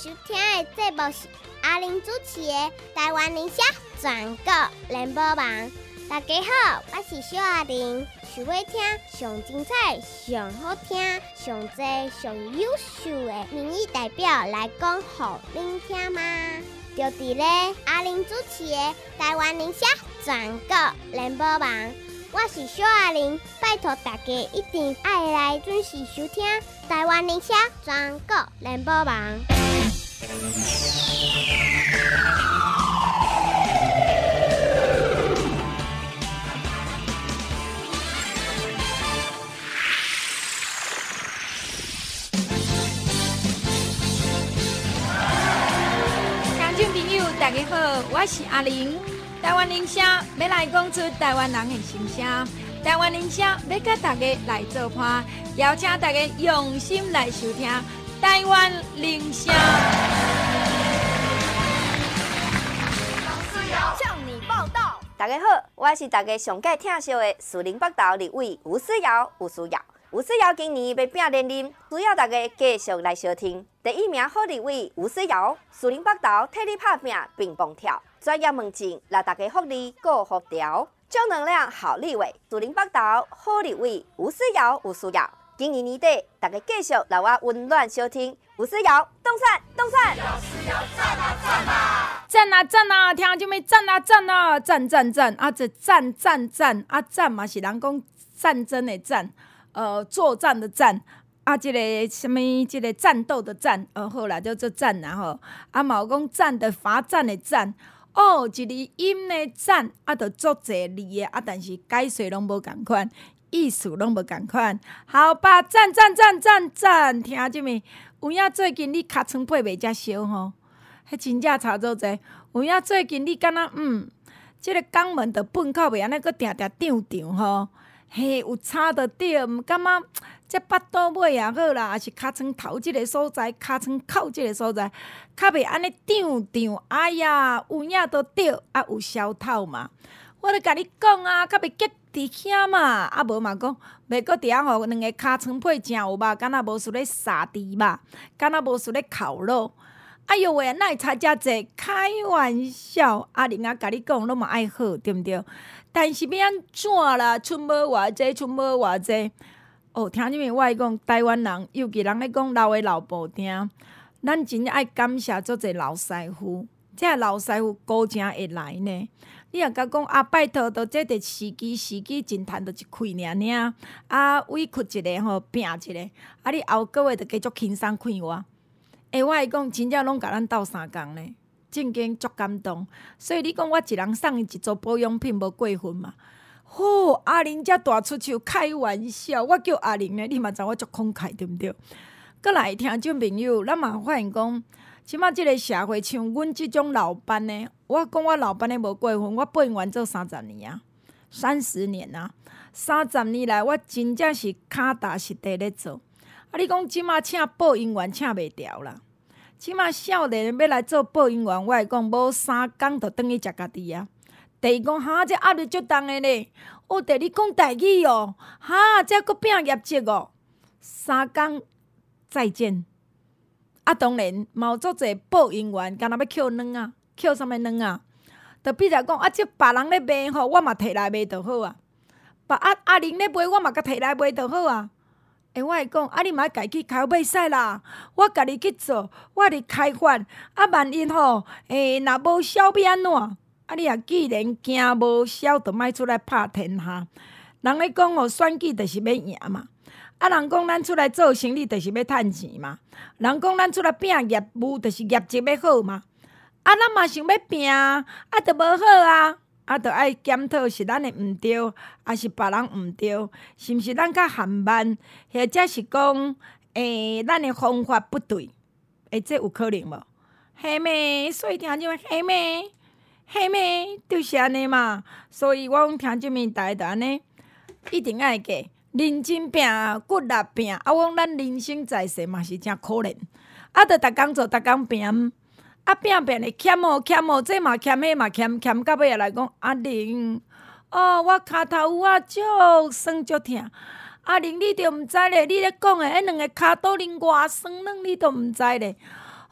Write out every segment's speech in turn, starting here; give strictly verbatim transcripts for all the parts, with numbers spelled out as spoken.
收听的节目是阿玲主持的《台湾人社全国联播网》。大家好，我是小阿玲，想要听上精彩、上好听、上多、上优秀的民意代表来讲给您听吗？就伫咧阿玲主持的《台湾人社全国联播网》。我是小阿玲，拜托大家一定爱来准时收听台湾人社全国联播网。 听众朋友，大家好，我是阿玲。台湾人社要来讲出台湾人的心声，台湾人社要甲大家来做伴，邀请大家用心来收听台湾人社。 向你报道。大家好，我是大家上届听惜的士林北投立委吴思瑶，吴思瑶。吴思瑶今年要拼连任，需要大家继续来收听。第一名好立委吴思瑶，士林北投替你拍拼乒乓跳。专业问政，让大家福利过福调，正能量好立委，士林北投好立委吴思瑶，吴思瑶。今年年底，大家继续让我温暖收听吴思瑶，动算动算。思瑶赞啊赞啊！ 赞啊赞啊！听众们赞啊赞啊！赞赞赞！啊，这赞赞赞啊赞嘛是人讲战争的战，呃，作战的战。啊，即、这个什么，即个战斗的战，呃，好啦，叫做战啦吼。啊，嘛有讲战的罚站的战。哦，一字音的赞，啊，着足侪字的，啊，但是解说拢无共款，意思拢无共款。好吧，赞赞赞赞赞，听即me，有影最近你尻川配袂遮烧吼，迄真正差足侪。有影最近你敢若嗯，即、這個肛門着粪口袂安尼，佫定定長長吼，嘿，有差着着，毋感觉。这腹肚尾也好啦，也是尻川头即个所在，尻川口即个所在，较袂安尼胀胀。哎呀，有影都着，啊有消透嘛。我咧甲你讲啊，较袂结伫遐嘛。啊无嘛讲，袂搁伫遐吼，两个尻川配真有肉，敢若无输咧沙猪肉，敢若无输咧烤肉。哎哟喂，哪会差遮济？开玩笑，阿玲啊，甲你讲，拢嘛爱好，对毋对？但是要安怎啦？剩无偌济，剩无偌济。哦，听你们我会讲，台湾人，尤其人咧讲老的老布丁，咱真正爱感谢足侪老师傅，这老师傅高正会来呢。你若甲讲啊，拜托，都这个时机时机真趁着一开尔尔，啊委屈一个吼，拼一个，啊你后个月着继续轻松开我。诶，我会讲，真正拢甲咱斗相共呢，正经足感动。所以你讲我一人送伊一组保养品，无过分嘛？吼、哦，阿玲遮大出手，开玩笑，我叫阿玲呢，你嘛知我足慷慨，对毋对？过来听众朋友，咱嘛发现讲，即马即个社会像阮即种老班呢，我讲我老班的无过分，我本员做三十年啊，三十年啊，三十年来我真正是脚踏实地咧做。啊，你讲即马请播音员请袂调啦，即马少年要来做播音员，我会讲无三工就转去食家己啊。第二讲哈，这压力足重的咧。哦，第二讲台语哦，哈，这搁拼业绩哦。三工再见。啊，当然嘛有足侪播音员，敢若要捡软啊，捡啥物软啊？就比如讲啊，这别人咧卖吼，我嘛摕来卖就好啊。别啊阿玲咧卖，我嘛甲摕来卖就好啊。诶，我会讲，啊，你嘛家己开袂使啦，我家己去做，我伫开发。啊，万一吼，诶，若无销要安怎？啊！你若既然惊无销，就莫出来拍天下。人咧讲吼，选举就是要赢嘛。啊，人讲咱出来做生意就是要趁钱嘛。人讲咱出来拼业务就是业绩要好嘛。啊，咱嘛想要拼，啊，就无好啊。啊，就爱检讨是咱的毋对，还是别人毋对？是毋是咱较含慢，或者是讲诶，咱的方法不对？诶，这有可能无？嘿咩？所以听众们嘿咩？嘿咩，就是安尼嘛，所以我讲听即面大家安尼，一定爱过认真拼，骨力拼。啊，我讲咱人生在世嘛是真可怜，啊，着逐工做，逐工拼，啊拼拼的欠哦欠哦，这嘛欠，迄嘛欠，欠到尾来讲阿玲，哦，我骹头有啊足酸足疼。阿玲，你着毋知咧，你咧讲的迄两个骹肚恁偌酸软，你都毋知咧。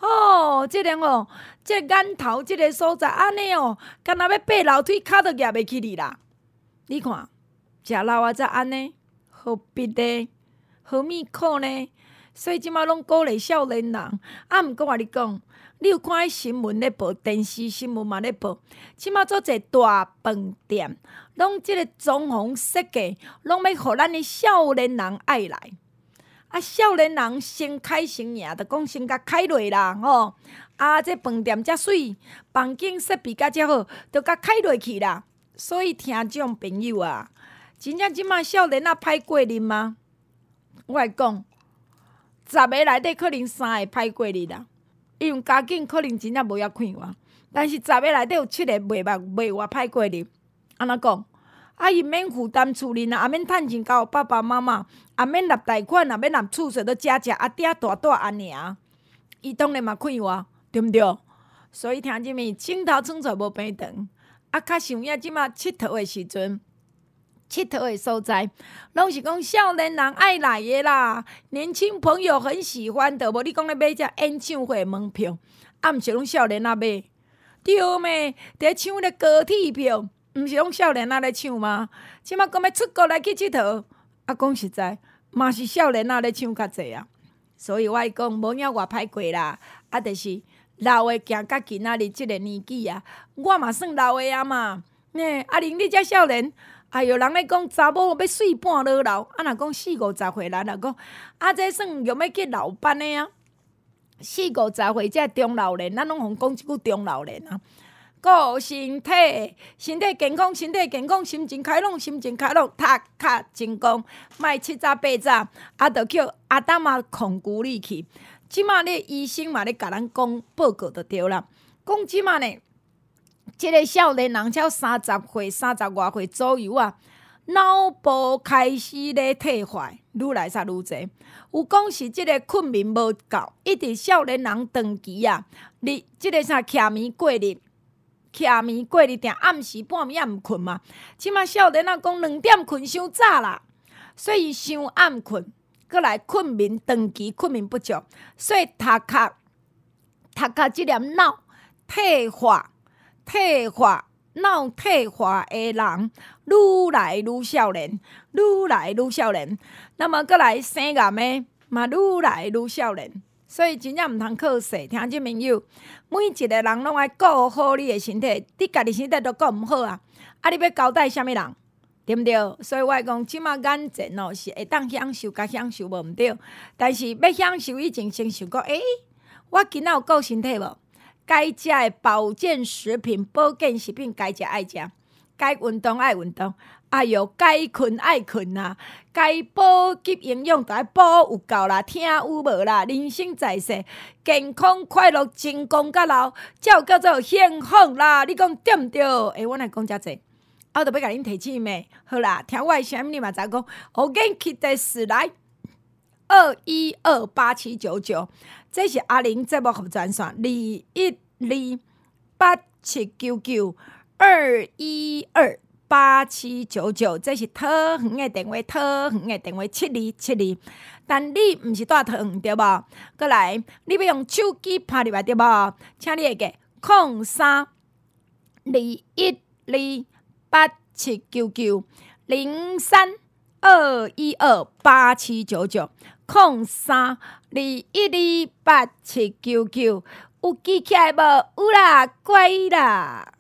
哦，即个哦，即个眼头即个所在安尼哦，敢若要爬楼梯，骹都夹袂起哩啦。你看，食老啊才安尼，何必呢？何必苦呢？所以即马拢鼓励少年人。啊，毋过我你讲，你有看迄新闻咧报，电视新闻嘛咧报，即马做者大饭店，拢即个装潢设计，拢要互咱的少年人爱来。啊，少年人先开先赢，着讲先甲开落啦，吼！啊，这饭店遮水，房间设备甲遮好，着甲开落去啦。所以听众朋友啊，真正即马少年啊歹过日吗？我来讲，十个内底可能三个歹过日啦，因为家境可能真正无遐快活，但是十个内底有七个袂目袂活歹过日。安怎讲？啊，伊免负担厝理啊，也免趁钱交爸爸妈妈，也免纳贷款，也免纳厝税，都食食啊嗲大大安尔，伊当然嘛快活，对毋对？所以听即物镜头创出无平长，啊，较想影即马佚佗的时阵，佚佗的所在，拢是讲少年人爱来的啦，年轻朋友很喜欢的。无你讲咧买只演唱会门票，啊，毋是拢少年仔买，对咩？伫抢迄个高铁票。毋是拢少年仔咧抢吗？即马讲要出国来去佚佗，啊，讲实在，嘛是少年仔咧抢较济啊。所以我讲无影偌歹过啦，啊，就是老诶行到今仔日即个年纪啊，我嘛算老诶啊嘛。呢，啊，恁你遮少年，哎哟，人咧讲查某要睡半老老，啊，若讲四五十岁人若讲，啊，这算用要去老班诶啊。四五十岁才中老年，咱拢互讲一句中老年啊。顾身体，身体健康，身体健康，心情开朗，心情开朗，读较成功，莫七早八早，啊，着叫阿当嘛控制你去。即马咧医生嘛咧甲咱讲报告就对啦，讲即马呢，即个少年人才三十岁、三十外岁左右啊，脑部开始咧退化，愈来煞愈侪。有讲是即个困眠无够，一直少年人长期啊，你即个啥徛眠过日。徛眠过日定暗时半暝也毋困嘛，即马少年仔讲两点困伤早啦，所以伤暗困，搁来困眠长期困眠不足，所以头壳头壳即粒脑退化退化脑退化的人愈来愈少年，愈来愈少年，那么搁来生癌的嘛愈来愈少年。所以真正毋通靠势，听即朋友，每一个人拢爱顾好你的身体，你家己身体都顾毋好啊，啊，你要交代啥物人，对毋对？所以我会讲，即马眼前哦是会当享受，甲享受无毋对，但是要享受以前先想讲，诶、欸，我今仔有顾身体无？该食的保健食品、保健食品该食爱食，该运动爱运动。哎哟，该困爱困啦，该补给营养就爱补有够啦，听有无啦？人生在世，健康快乐、成功甲老，才有叫做幸福啦！你讲对毋对？诶，我来讲遮济，我著要甲恁提醒咩？好啦，听我的声音，你嘛知讲，有元气的史来二一二八七九九，这是阿玲节目服专线，二一二八七九九二一二。八七九九，这是桃园的电话，桃园的电话七二七二。但你毋是住桃园对无？过来，你要用手机拍入来对无？请你会记零三二一二八七九九零三二一二八七九九零三二一二八七九九，有记起来无？有啦，乖啦。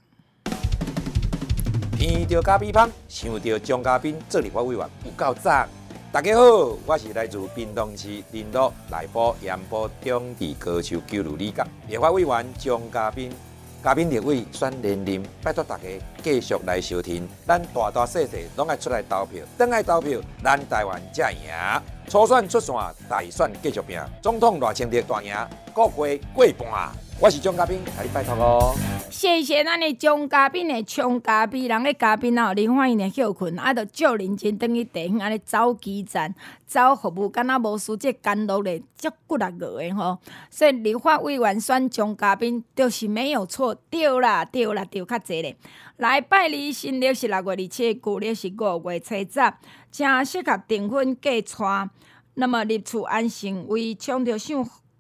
闻到咖啡香，想到张嘉宾做立法委员有够赞！大家好，我是来自屏东市林路内埔盐埔中地高球九路里甲立法委员张嘉宾。嘉宾立委选连任，拜托大家继续来收听，咱大大小小拢爱出来投票，等爱投票，咱台湾才赢。初选出线，大选继续拼，总统赖清德大赢，国会过半。我是张嘉宾，甲你拜托哦。 谢谢咱的张嘉宾的冲嘉宾，人的嘉宾哦，林欢迎的休困，啊，着照认真等于地方安尼走基站、走服务，敢若无输这干路的足骨力个的吼。所以立法委员选张嘉宾，就是没有错，对啦，对啦，对较济咧。来拜二新历是六月二七，旧历是五月初十，正适合订婚嫁娶。那么入厝安心为抢着享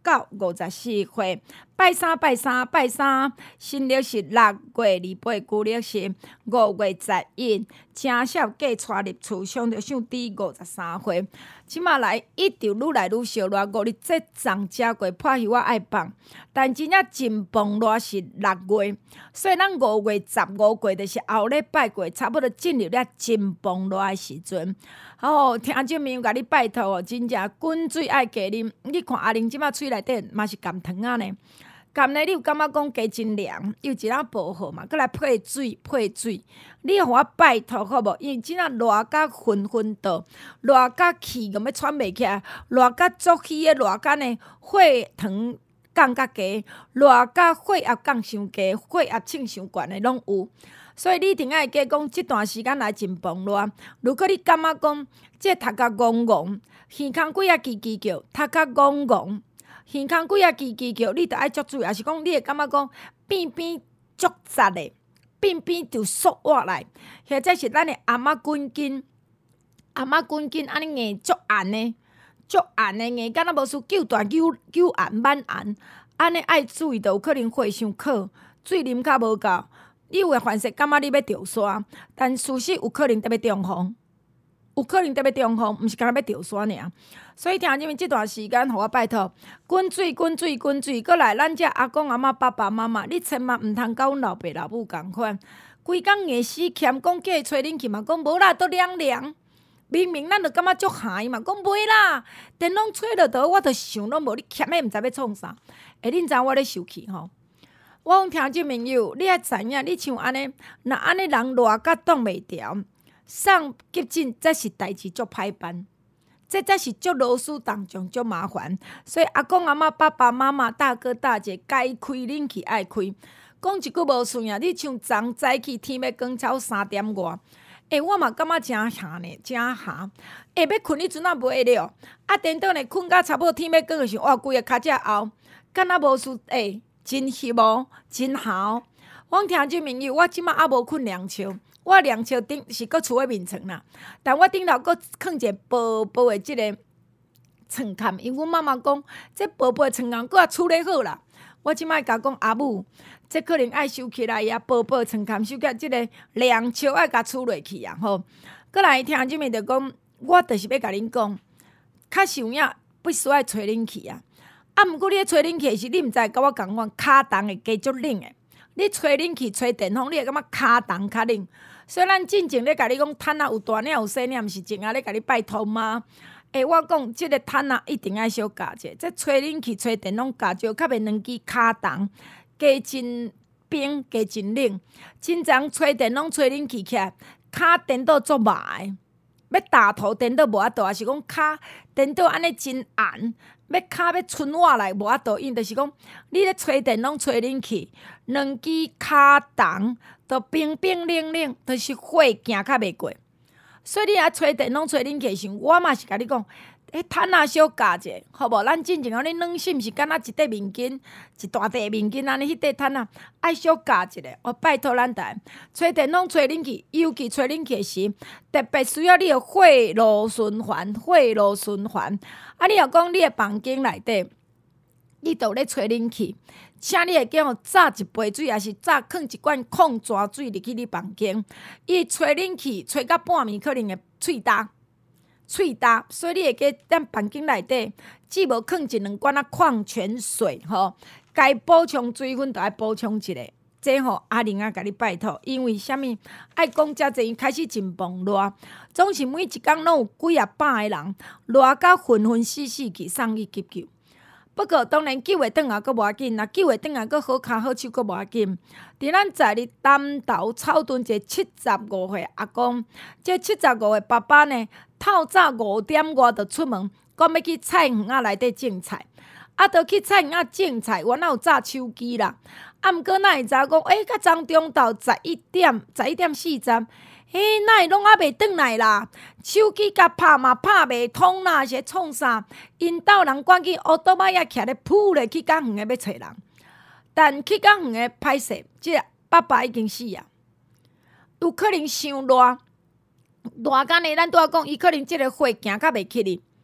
到五十四岁。拜三拜三拜三，新历是六月二八，旧历是五月十一。正少嫁娶入厝，上着上至五十三岁。即马来一直愈来愈烧热，五日节粽食过，破鱼我爱放。但真正真崩热是六月，所以咱五月十五过就是后礼拜过，差不多进入了真崩热的时阵。哦，听众朋友甲你拜托哦，真正滚水爱加啉。你看阿玲即马喙内底嘛是含糖啊呢。甘呢，你有感觉讲加真凉，又一仔无好嘛？搁来配水配水，你互我拜托好无？因为即仔热甲昏昏倒，热甲气咁要喘袂起来，热甲足气的热甲呢，血糖降甲低，热甲血压降伤低，血压称伤悬的拢有。所以你一定爱加讲，即段时间来真崩热。如果你感觉讲，即头壳戆戆，耳孔鬼啊叽叽叫，头壳戆戆。耳孔鬼啊，叽叽叫，你着爱足注意，也是讲你会感觉讲边边足杂的，边边就缩活来，或者是咱的阿妈滚筋，阿妈滚筋安尼硬足暗的，足暗的硬，敢若无输九大九九暗满暗，安尼爱注意，着有可能血伤靠，水啉较无够，你有会反射感觉你要着山，但事实有可能特别中风。有可能特别中风，毋是干那要着山尔。所以听入面即段时间，互我拜托，滚水、滚水、滚水，过来，咱遮阿公阿嬷、爸爸妈妈，你千万毋通甲阮老爸老母共款，规工硬死欠，讲叫伊吹冷气嘛，讲无啦，都凉凉。明明咱着感觉足嗨嘛，讲袂啦，电拢吹落倒，我着想拢无，你欠的毋知要创啥。下恁知我咧受气吼？我讲听即朋友，你爱知影，你像安尼，若安尼人热甲挡袂牢。送急诊则是代志足歹办，这则是足螺丝当中足麻烦，所以阿公阿嬷、爸爸妈妈、大哥大姐该开冷气爱开。讲一句无顺啊，你像昨早起天要光超三点外，诶、欸，我嘛感觉真吓呢，真吓。下要困，你阵啊袂了，啊，等到呢困到差不多天要光的时候，哇，规个骹只后，敢若无输诶、欸，真翕无，真好。我听即朋友，我即马还无困凉床。我凉床顶是搁厝诶面床啦，但我顶头搁放一个薄薄诶即个床垫，因为阮妈妈讲，这薄薄诶床垫搁也处理好啦。我即摆甲讲阿母，这可能爱收起来呀，薄薄床垫收起来，即个凉床爱甲处理去啊吼。搁来听即面着讲，我着是要甲恁讲，较想影必须爱吹冷气啊。啊，毋过你咧吹冷气时，你毋知甲我共款，骹重会加足冷诶。你吹冷气、吹电风，你会感觉骹重较冷。所以咱进前咧甲你讲，摊仔有大领有细领，毋是净啊咧甲你拜托吗？诶，我讲即个摊仔一定爱小加者，这吹冷气、吹电风加少，较袂两支骹重，加真冰，加真冷。真常吹电风、吹冷气起来，骹颠倒足麻诶，要打头颠倒无法度，还是讲骹颠倒安尼真硬。要骹要伸活来无法度，因就是讲，你咧吹电风、吹冷气，两支骹重都冰冰冷冷，就是火行较袂过。所以你啊吹电风、吹冷气时，我嘛是甲你讲，迄摊仔小加者，好无？咱进前讲你软性是敢若一块面巾，一大块面巾安尼，迄块摊仔爱小加一个。我拜托咱大家，吹电风、吹冷气，尤其吹冷气时，特别需要你的血路循环，血路循环。啊，你若讲你的房间内底，你都咧吹冷气，请你会记吼，炸一杯水，还是炸放一罐矿泉水入去你房间，伊吹冷气吹到半暝，可能会喙焦。喙焦，所以你会记咱房间内底，只无放一两罐啊矿泉水吼，该补充水分就爱补充一下。这吼阿玲啊，甲你拜托，因为虾米爱讲遮济，开始真崩热，总是每一工拢有几啊百个人热到昏昏死死去送去急救。不过当然救会转来阁无要紧，若救会转来阁好骹好手阁无要紧。伫咱在日南投草屯一个七十五岁阿公，这七十五岁爸爸呢，透早五点外就出门，讲要去菜园仔内底种菜。啊，着去菜园仔种菜，原来有炸手机啦。啊，毋过哪会知讲，诶，较昨中昼十一点，十一点四十，嘿，哪会拢还袂转来啦？手机甲拍嘛拍袂通啦，是创啥？因兜人赶紧乌多摆仔徛咧扑咧去较远诶要找人，但去较远诶歹势，即个爸爸已经死啊，有可能伤热，热干呢，咱拄仔讲，伊可能即个火行较袂起哩。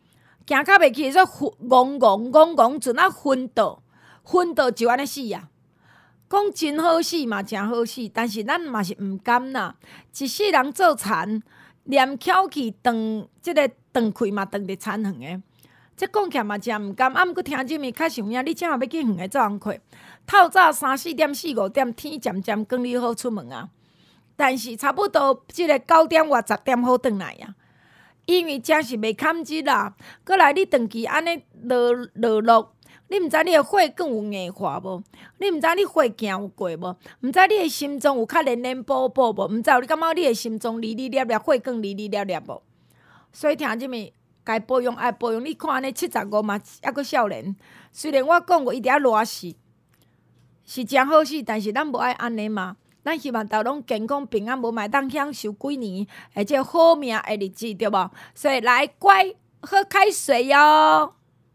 行较袂起，说戆戆戆戆，阵啊昏倒，昏倒就安尼死啊！讲真好死嘛，真好死，但是咱嘛是毋甘啦。一世人做田，念巧气断，即个断开嘛，断伫田园诶。即讲起来嘛，真毋甘。啊，毋过听即面较想影，你正好要去远诶做工课，透早三四点、四五点，天渐渐光，你好出门啊。但是差不多即个九点或十点好转来啊，因为真是袂堪日啦。过来你长期安尼落落落。你毋知你的血管有硬化无？你毋知你血行有过无？毋知你的心脏有较连连补补无？毋知有你感觉你的心脏哩哩咧咧，血管哩哩咧咧无？所以听即物该保养爱保养。你看安尼七十五嘛，还佫少年。虽然我讲过伊伫遐热死，是真好死，但是咱无爱安尼嘛。咱希望大家拢健康平安，无嘛当享受几年而且好命的日子，对无？所以来乖喝开水哟。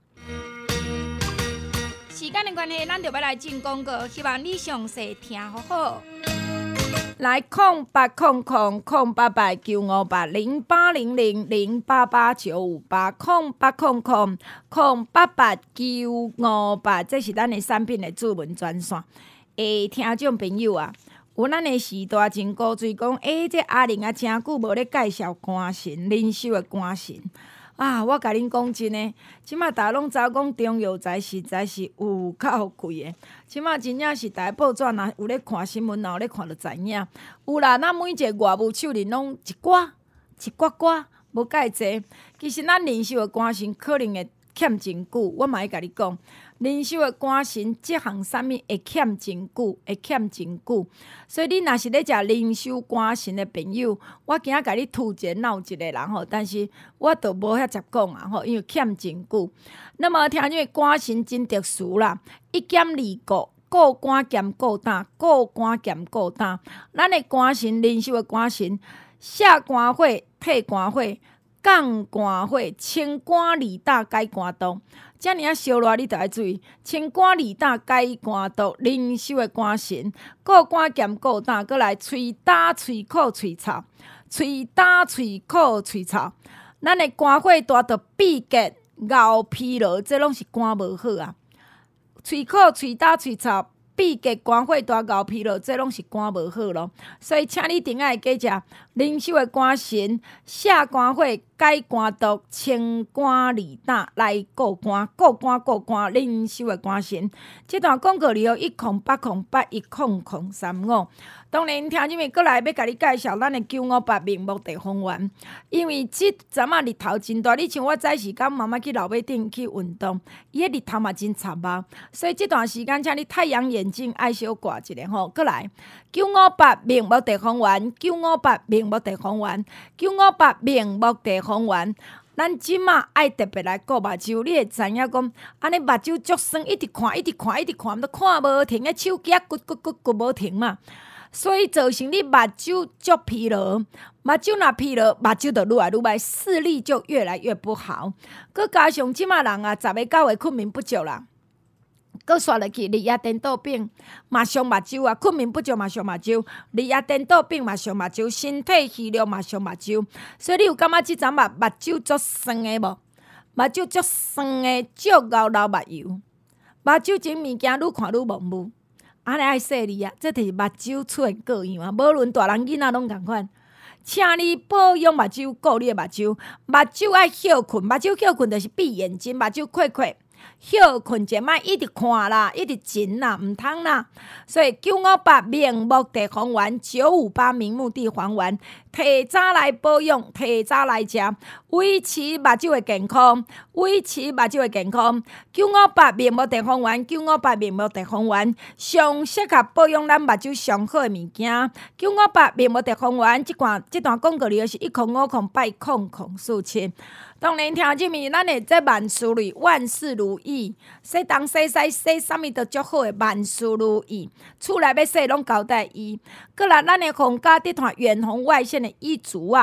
时间的关系，咱就要来进广告，希望你详细听好好。来，空八空空空八八九五八零八零零零八八九五八空八空空空八八九五八，这是咱的产品的主文专线。诶，听众朋友啊，有咱的时代真古锥讲，诶，这阿玲啊，真久无咧介绍歌神，灵修的歌神。啊！我甲恁讲真诶，即马大家拢知影讲中药材实在是有够贵诶。即马真正是大家报纸若有咧看新闻，若有咧看就知影。有啦，咱每一个外务手里拢一寡一寡寡，无介济。其实咱灵修诶歌神可能会欠真久，我嘛会甲你讲。灵修的歌神，即项啥物会欠真久，会欠真久。所以你若是咧食灵修歌神的朋友，我今仔甲你推荐闹一个人吼，但是我都无遐接讲啊吼，因为欠真久。那么听因为歌神真特殊啦，一兼二顾，顾歌兼顾胆，顾歌兼顾胆。咱的歌神，灵修的歌神，下歌火，退歌火，降歌火，清歌二打解歌毒。遮尔啊烧热，你著爱注意，清歌二打解歌毒，灵修的歌神，顾歌兼顾胆，过来喙焦、喙苦、喙臭，喙焦、喙苦、喙臭。咱的歌火大到闭结、熬疲劳，这拢是歌无好啊。喙苦、喙焦、喙臭。闭结肝火大熬疲劳，这拢是肝无好咯。所以，请你顶爱加食灵修的肝神，下肝火、解肝毒、清肝二胆来顾肝、顾肝、顾肝。灵修的肝神，这段广告里有一空八空八一空空三五。当然，听即面过来要甲你介绍咱的九五八明目地方圆，因为即阵啊日头真大，你像我早时间妈妈去老马顶去运动，伊个日头嘛真惨啊，所以即段时间请你太阳眼镜爱小挂一下吼。过来，九五八明目地方圆，九五八明目地方圆，九五八明目地方圆。咱即马爱特别来顾目睭，你会知影讲，安尼目睭足酸，一直看，一直看，一直看，都看无停，个手机啊，骨骨骨骨无停嘛。所以造成你目睭足疲劳，目睭若疲劳，目睭就愈来愈歹，视力就越来越不好。佮加上即马人啊，十个九个困眠不足啦，佮刷落去日夜颠倒病，嘛伤目睭啊，困眠不足嘛伤目睭，日夜颠倒病嘛伤目睭，身体虚弱嘛伤目睭。所以你有感觉即阵目目睭足酸的无？目睭足酸的，足熬流目油，目睭前物件愈看愈模糊。安尼爱说你啊，这就是目睭出现各样啊，无论大人囡仔拢共款。请你保养目睭，顾你的目睭，目睭爱休困，目睭休困就是闭眼睛，目睭闭闭，休困者莫一直看啦，一直紧啦，毋通啦。所以九五八明目地黄丸，九五八明目地黄丸，提早来保养，提早来食，维持目睭的健康，维持目睭的健康。九五八明目地黄丸，九五八明目地黄丸，上适合保养咱目睭上好的物件。九五八明目地黄丸，即段即段广告里是一空五空八空空四七。当然听即面，咱的这万事如意，万事如意，洗东洗西洗啥物都足好的，万事如意。厝内要洗拢交代伊。过来，咱的皇家地毯远红外线的衣橱啊，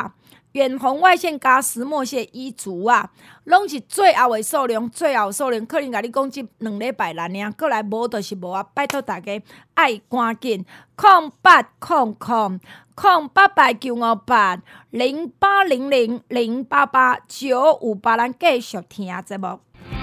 远红外线加石墨烯衣族啊，拢是最后的数量，最后数量可能甲你讲即两礼拜内尔，过来无就是无啊！拜托大家爱赶紧，空八空空空八八九五八零八零零零八八九五八，咱继续听节目。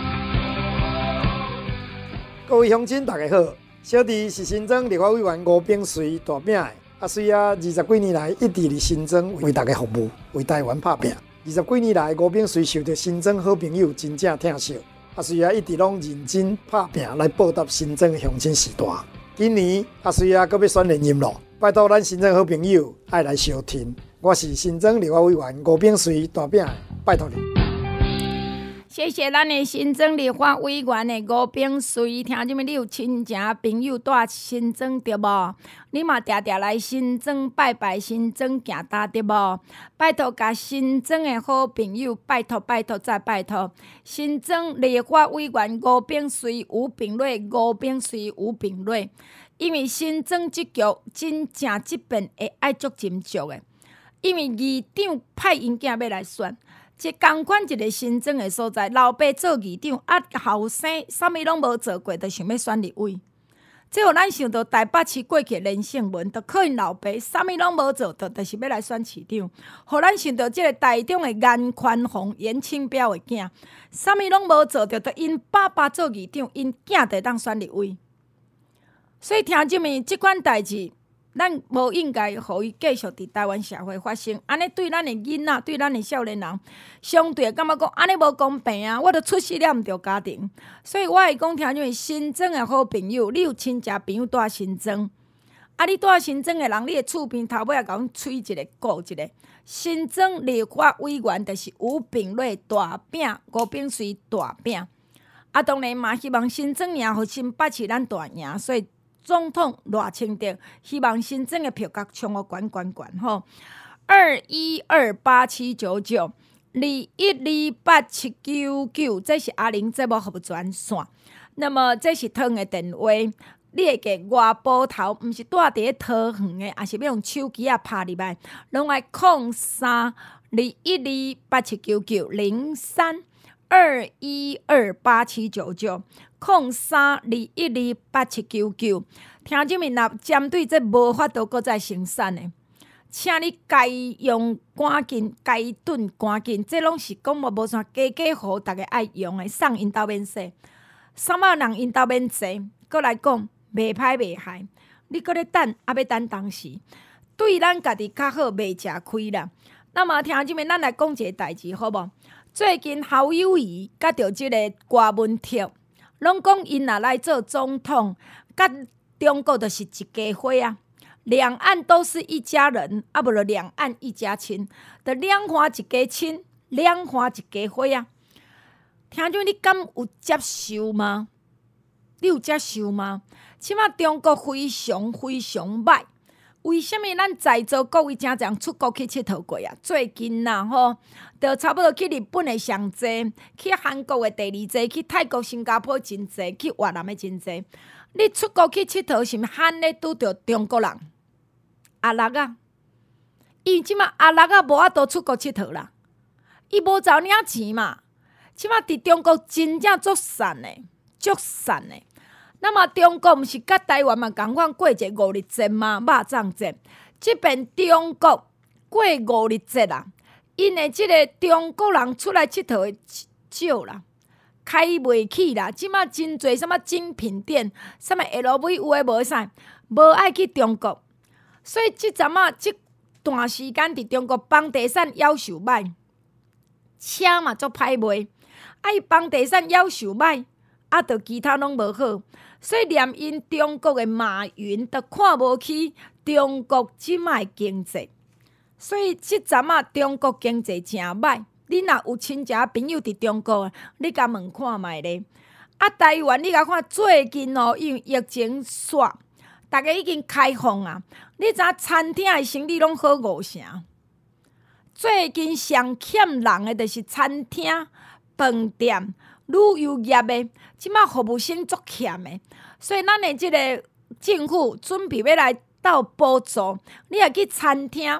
各位乡亲，大家好，小弟是新庄立法委员吴秉随大饼的。啊，虽啊二十几年来一直伫新庄为大家服务，为台湾拍拼。二十几年来，吴秉随受到新庄好朋友真正疼惜。啊，虽啊一直拢认真拍拼来报答新庄的乡亲时代。今年啊，虽啊搁要选连任咯，拜托咱新庄好朋友爱来相挺。我是新庄立法委员吴秉随大饼，拜托你。 谢谢咱的新庄立法委员的吴秉随，听众们，你有亲情朋友住新庄对无？你嘛常常来新庄拜拜新庄行大对无？拜托甲新庄的好朋友，拜托拜托再拜托，新庄立法委员吴秉随吴秉瑞，吴秉随吴秉瑞，因为新庄即局真正即边会爱足斟酌的，因为议长派因囝要来选。即同款一个新庄的所在，老爸做议长，啊后生啥物拢无做过，就想要选立委。即互咱想到台北市过去连胜文，就靠因老爸啥物拢无做，就就是要来选市长。互咱想到即个台中的颜宽宏、颜清标的囝，啥物拢无做，就就因爸爸做议长，因囝就当选立委。所以听众们，即款代志。咱无应该互伊继续伫台湾社会发生，安尼对咱的囡仔、对咱的少年人，相对感觉讲安尼无公平啊！我都出世了毋着家庭，所以我会讲听种新庄的好朋友，你有亲戚朋友住新庄，啊，你住新庄的人，你的厝边头尾也甲阮催一个、顾一个。新庄立法委员就是吴秉瑞大饼，吴秉随大饼。啊，当然嘛，希望新庄赢，互新北市咱大赢，所以。总统赖清德希望新庄的票价冲个悬悬悬吼，二一二八七九九二一二八七九九，这是阿玲节目服务专线。那么这是通的电话，你会记外埔头，毋是住伫桃园的，也是要用手机啊拍入来，拢爱空三二一二八七九九零三二一二八七九九。空三二一二八七九九，听众们若针对这无法度搁再生产的，请你该用赶紧，该顿赶紧，这拢是讲无无啥加加好，大家爱用的，送因兜免洗，啥物人因兜免洗，搁来讲袂歹袂害，你搁咧等，还要等当时，对咱家己较好，袂吃亏啦。那么听众们，咱来讲一个代志好无？最近侯友宜甲着即个郭文婷。拢讲因若来做总统，甲中国就是一家伙啊！两岸都是一家人，啊无就两岸一家亲，就两岸一家亲，两岸一家伙啊！听众，你敢有接受吗？你有接受吗？即马中国非常非常歹，为什么咱在座各位真正出国去佚佗过啊？最近呐吼，就差不多去日本的上济，去韩国的第二济，去泰国、新加坡真济，去越南的真济。你出国去佚佗，是毋是罕咧拄着中国人？阿六啊，伊即马阿六啊无法度出国佚佗啦，伊无走领钱嘛。即马伫中国真正足散的，足散的。那么中国毋是甲台湾嘛共款过一个五日节吗？肉粽节，即边中国过五日节啦，因的即个中国人出来佚佗的少啦，开袂起啦。即马真侪什么精品店，什么 L V 有诶无啥，无爱去中国，所以即阵啊，即段时间伫中国房地产夭寿歹，车嘛足歹卖，啊伊房地产夭寿歹，啊，着其他拢无好。所以连因中国的马云都看无起中国即卖经济，所以即阵啊，中国经济真歹。你若有亲戚朋友伫中国，你甲问看觅咧。啊，台湾你甲看最近哦，因为疫情煞，逐个已经开放啊。你知影餐厅的生意拢好五成。最近上欠人的就是餐厅、饭店。旅游业的，即马服务生足欠的，所以咱的即个政府准备要来到补助。你若去餐厅、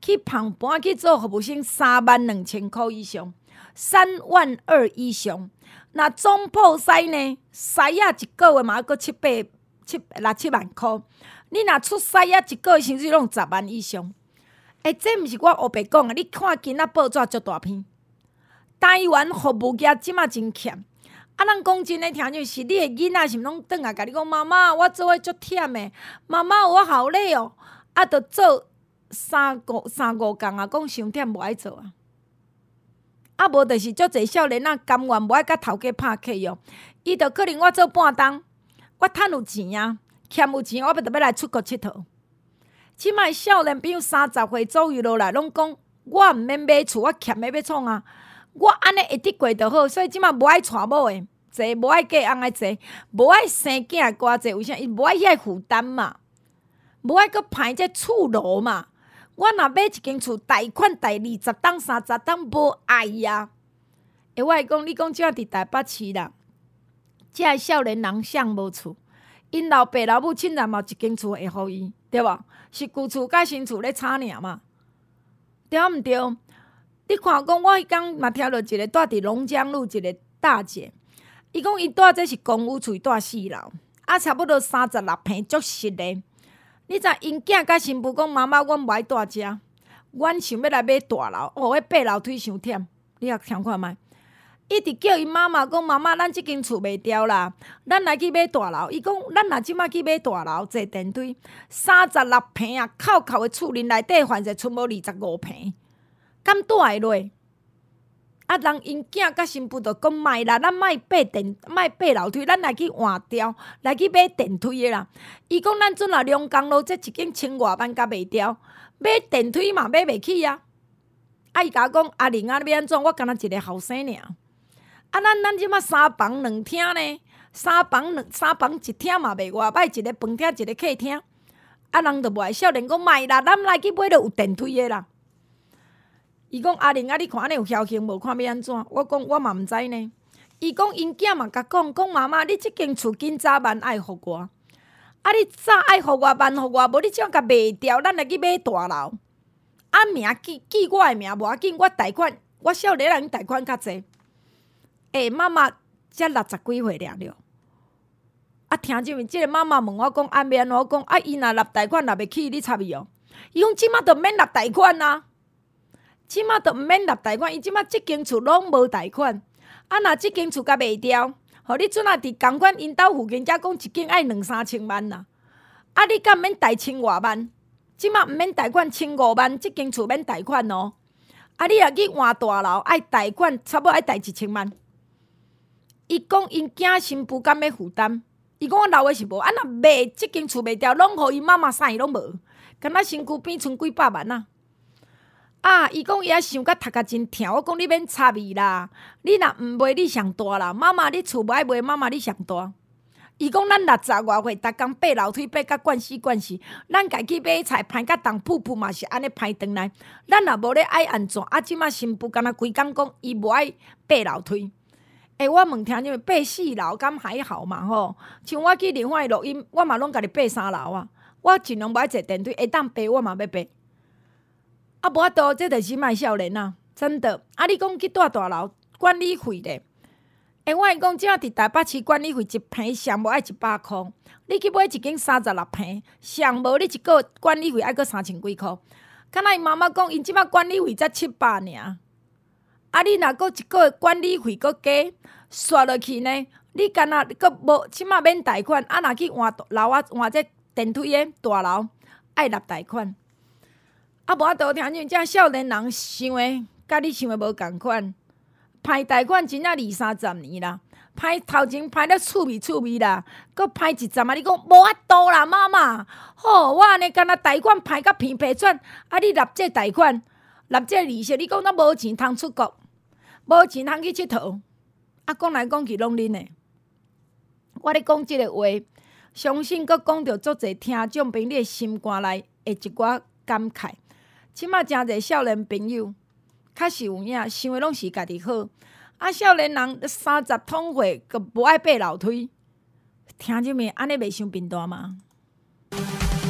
去旁盘去做服务生，三万两千块以上，三万二以上。那总铺师呢？师仔一个月嘛，阁七八七六七万块。你若出师仔一个月薪水拢十万以上。诶，这毋是我黑白讲诶，你看今仔报纸足大篇。台湾服务业即马真欠。啊，咱讲真诶，听就是你诶囡仔是毋拢转来甲你讲，妈妈，我做伙足忝诶，妈妈我好累哦。啊，着做三个三五工啊，讲伤忝无爱做啊。啊，无就是足侪少年仔甘愿无爱甲头家拍客哦。伊着可能我做半工，我趁有钱啊，欠有钱，我要着要来出国佚佗。即摆少年朋友三十岁左右落来，拢讲我毋免买厝，我欠要要创啊。我安尼会得过就好，所以即摆无爱娶某诶，济无爱嫁翁诶，济无爱生囝偌济，为啥？伊无爱遐负担嘛，无爱阁排这厝路嘛。我若买一间厝，贷款贷二十档、三十档，无爱呀。诶，我会讲，你讲即摆伫台北市啦，即个少年人想无厝，因老爸老母亲然嘛有一间厝会互伊，对无？是旧厝甲新厝咧差尔嘛，对毋对？你看讲，我迄天嘛听到一个住伫龙江路一个大姐，伊讲伊住这是公寓厝，住四楼，啊，差不多三十六平，足实的。你知因囝甲新妇讲，妈妈，阮无爱住遮，阮想要来买大楼，哦，迄爬楼梯伤忝，你也听看觅。一直叫因妈妈讲，妈妈，咱即间厝卖掉啦，咱来去买大楼。伊讲，咱若即摆去买大楼，坐电梯，三十六平啊，扣扣的厝林内底，反正剩无二十五平，敢住会落？啊，人因囝甲新妇就讲，卖啦，咱莫爬电，莫爬楼梯，咱来去换掉，来去买电梯的啦。伊讲，咱阵啊龙江路这一间千外万甲卖掉，买电梯嘛买袂起啊。啊，伊甲我讲，阿玲啊，你要安怎？我干那一个后生尔。啊，咱咱即马三房两厅呢，三房两三房一厅嘛袂偌歹，一个饭厅，一个客厅。啊，人就卖少年讲卖啦，咱来去买着有电梯的啦。伊讲阿玲啊，你看安尼有侥幸无？看要安怎？我讲我嘛毋知呢。伊讲因囝嘛甲讲，讲妈妈，你即间厝紧早万爱互我，啊，你早爱互我万互我，无你即样甲卖掉，咱来去买大楼。啊，名记记我的名无要紧，我贷款，我少年人贷款较济。诶、欸，妈妈才六十几岁了了。啊，听即面，即个妈妈问我讲，安要安怎？我讲啊，伊若立贷款立袂起，你插伊哦。伊讲即马就免立贷款啊，即马就毋免立贷款。伊即马即间厝拢无贷款。啊，若即间厝甲卖掉，互你阵啊伫共款因兜附近，才讲一间爱两三千万啦。啊，你敢免贷千外万？即马毋免贷款千五万，即间厝免贷款哦。啊，你若去换大楼，爱贷款差不多爱贷一千万。伊讲因囝新妇敢要负担？伊讲我老诶是无，啊若卖即间厝卖掉，拢互伊妈妈啥伊拢无，敢若身躯边剩几百万啊！啊，伊讲伊也想甲头壳真疼，我讲你免插伊啦，你若毋卖你上大啦，妈妈你厝无爱卖，妈妈你上大。伊讲咱六十外岁，逐工爬楼梯爬甲惯死惯死，咱家去买菜歹甲当噗噗嘛是安尼歹转来，咱若无咧爱安怎？啊，即马新妇敢若规工讲伊无爱爬楼梯。诶、欸，我问听你们爬四楼敢还好嘛？吼，像我去另外录音，我嘛拢家己爬三楼啊。我尽量无爱坐电梯，会当爬我嘛要爬。啊，无法度，这就是卖少年啊，真的。啊，你讲去住大楼，管理费咧？诶、欸，我会讲，即下伫台北市管理费一平上无爱一百箍，你去买一间三十六平，上无你一个月管理费爱个三千几箍。敢若伊妈妈讲，因即摆管理费才七百尔。啊！你若搁一个月管理费搁加刷落去呢？你干那搁无即马免贷款？啊！若去换楼啊，换这电梯的大楼，爱立贷款。啊！无法度听见遮少年人想的，甲你想的无共款。排贷款真正二三十年啦，排头前排了趣味趣味啦，搁排一阵啊！你讲无法度啦，妈妈。吼、哦，我安尼干那贷款排甲皮皮转，啊！你立这贷款，立这利息，你讲咱无钱通出国。无钱通去佚佗，啊，讲来讲去拢恁的。我咧讲即个话，相信佫讲着足侪听众朋友的心肝内的一寡感慨。即马诚侪少年朋友，确实有影想的拢是家己好，啊，少年人三十通岁，佫无爱爬楼梯，听即面安尼袂伤贫惰吗？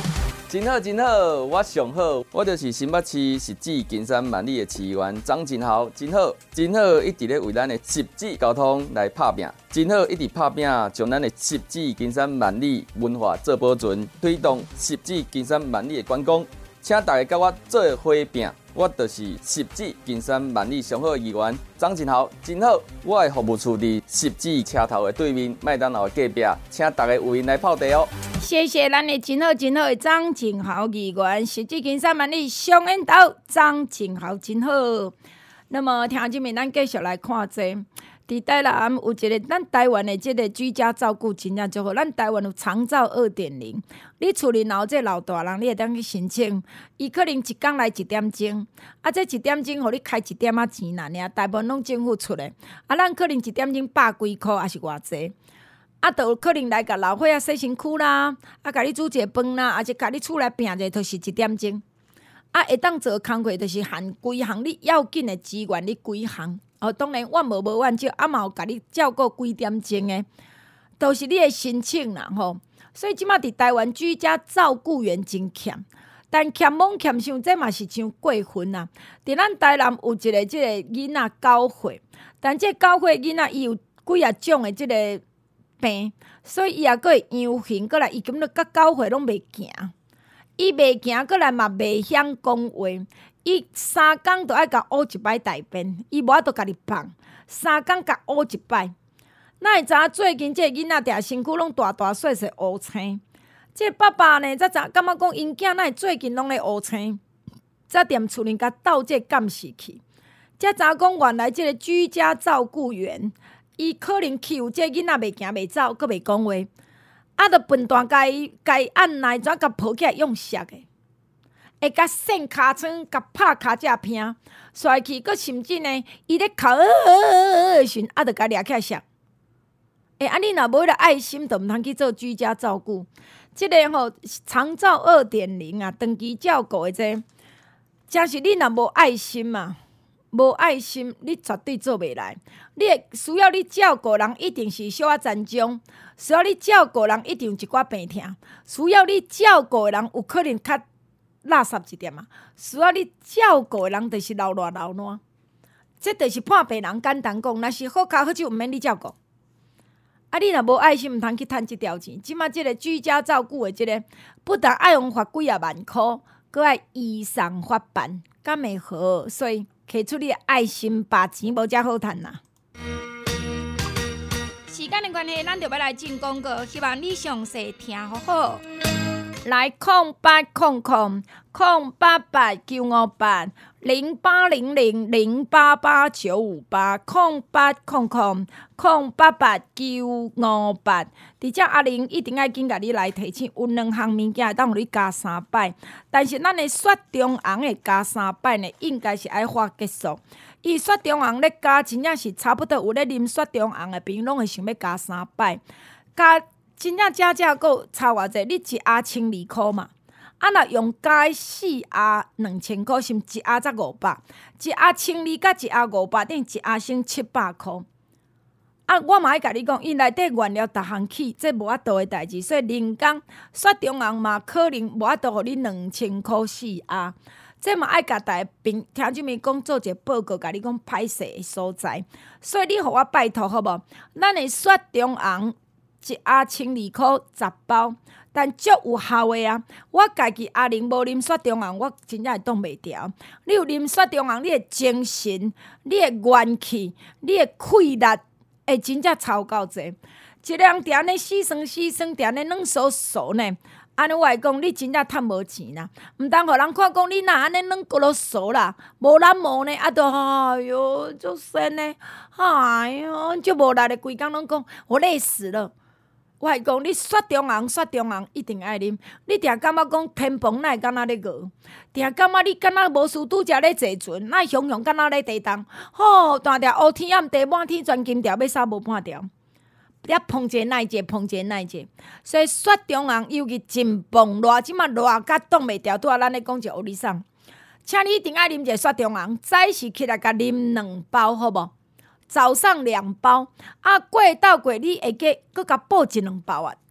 真好真好，我上好，我就是新北市实质金山万里的市议员张真豪，真好真好，一直咧为咱的实质交通来拍拼，真好一直拍拼，将咱的实质金山万里文化做保存，推动实质金山万里的观光，请大家跟我做伙拼。我就是实质金山万里上好的议员张真豪，真好。我的服务处伫实质车头的对面，麦当劳的隔壁，请大家有闲来泡茶哦。 谢谢咱的真好真好的张真豪议员，实质金山万里上缘头，张真豪真好。那么，听这面咱继续来看这。伫台南有一个，咱台湾的这个居家照顾真正足好。咱台湾有长照二点零，你厝里若有这老大人，你会当去申请。伊可能一工来一点钟，啊，这一点钟互你开一点仔钱啦，尔大部分拢政府出的。啊，咱可能一点钟百几箍，还是偌济。啊，就可能来甲老伙仔洗身躯啦，啊，甲你煮一个饭啦，啊，是甲你厝内拼者，就是一点钟。啊，会当做工课，就是含规项你要紧的资源，你规项。哦，当然，我无无怨少，啊嘛有甲你照顾几点钟的，都是你的申请啦吼。所以即马伫台湾居家照顾员真欠，但欠罔欠伤，这嘛是伤过分啦。伫咱台南有一个即个囡仔九岁，但这九岁囡仔伊有几啊种的即个病，所以伊也佫会阳性，佫来伊根本到九岁拢袂行，伊袂行，佫来嘛袂晓讲话。伊三工就爱甲乌一摆大便，伊无法度甲你放，三工甲乌一摆。哪会知影最近这个囡仔定身躯拢大大细细乌青？这个爸爸呢，才知感觉讲因囝哪会最近拢咧乌青？才踮厝里甲斗这监视器，才知影讲原来这个居家照顾员，伊可能欺负这个囡仔袂行袂走，佫袂讲话，啊，着笨蛋甲伊甲伊按捺怎甲抱起来用摔的。会甲扇尻川，甲拍骹只片，摔去，佮甚至呢，伊咧哭呃时，啊，着甲掠起来摔。诶，啊，你若无迄个爱心，就毋通去做居家照顾。即、這个吼长照二点零啊，长期照顾的这，真是你若无爱心嘛，无爱心，你绝对做袂来。你会需要你照顾人，一定是小可残障；需要你照顾人，一定有一寡病痛；需要你照顾的人，有可能较垃圾一点啊，需要你照顾的人，就是老热老烂。这就是判病人简单讲，若是好脚好手，毋免你照顾。啊，你若无爱心，毋通去趁即条钱。即马即个居家照顾的即、這个，不但爱用罚几啊万箍，搁爱依送法办，敢会好？所以摕出你的爱心，把钱无遮好趁啦。时间的关系，咱就要来进广告，希望你详细听好好。来空八空空空八八九五八零八零零零八八九五八空八空空空八八九五八。伫遮阿玲一定爱紧甲你来提醒，有两项物件会当互你加三摆，但是咱的雪中红的加三摆呢，应该是爱花结束。伊雪中红咧加，真正是差不多有咧啉雪中红的朋友，拢会想要加三摆，加。真正正正够差偌济，你一盒千二箍嘛，啊若用加四盒两千箍，是毋一盒才五百，一盒千二甲一盒五百，等于一盒省七百箍。啊，我嘛爱甲你讲，伊内底原料逐项起，这无法度的代志，所以人工雪中红嘛，可能无法度互你两千箍四盒。这嘛爱甲大家听这面讲做一个报告，甲你讲歹势的所在，所以你互我拜托好无？咱的雪中红。一盒千二箍十包，但足有效的啊！我家己阿玲无啉雪中红，我真正会挡袂牢。你有啉雪中红，你的精神、你的元气、你的气力，会真正超够济。一个人伫安尼死酸死酸，伫安尼软熟熟呢，安尼我来讲，你真正趁无钱啦。毋通互人看讲你若安尼软骨落熟啦，无力无呢，啊，都哎哟，足酸呢，哎哟，就无力的，规工拢讲我累死了。我来讲，你雪中红，雪中红一定爱啉。你定感觉讲天崩，哪会敢若咧饿？定感觉你敢若无事拄则咧坐船，哪会雄雄敢若咧地动？吼，单条乌天暗地满天钻金条，要杀无半条。了碰者耐者，碰者耐者。所以雪中红尤其真崩热，即马热甲挡袂牢。拄仔咱咧讲一个乌里桑，请你一定爱啉一个雪中红，早时起来甲啉两包，好无？早上两包，啊，过到过你会记，搁甲补一两包啊。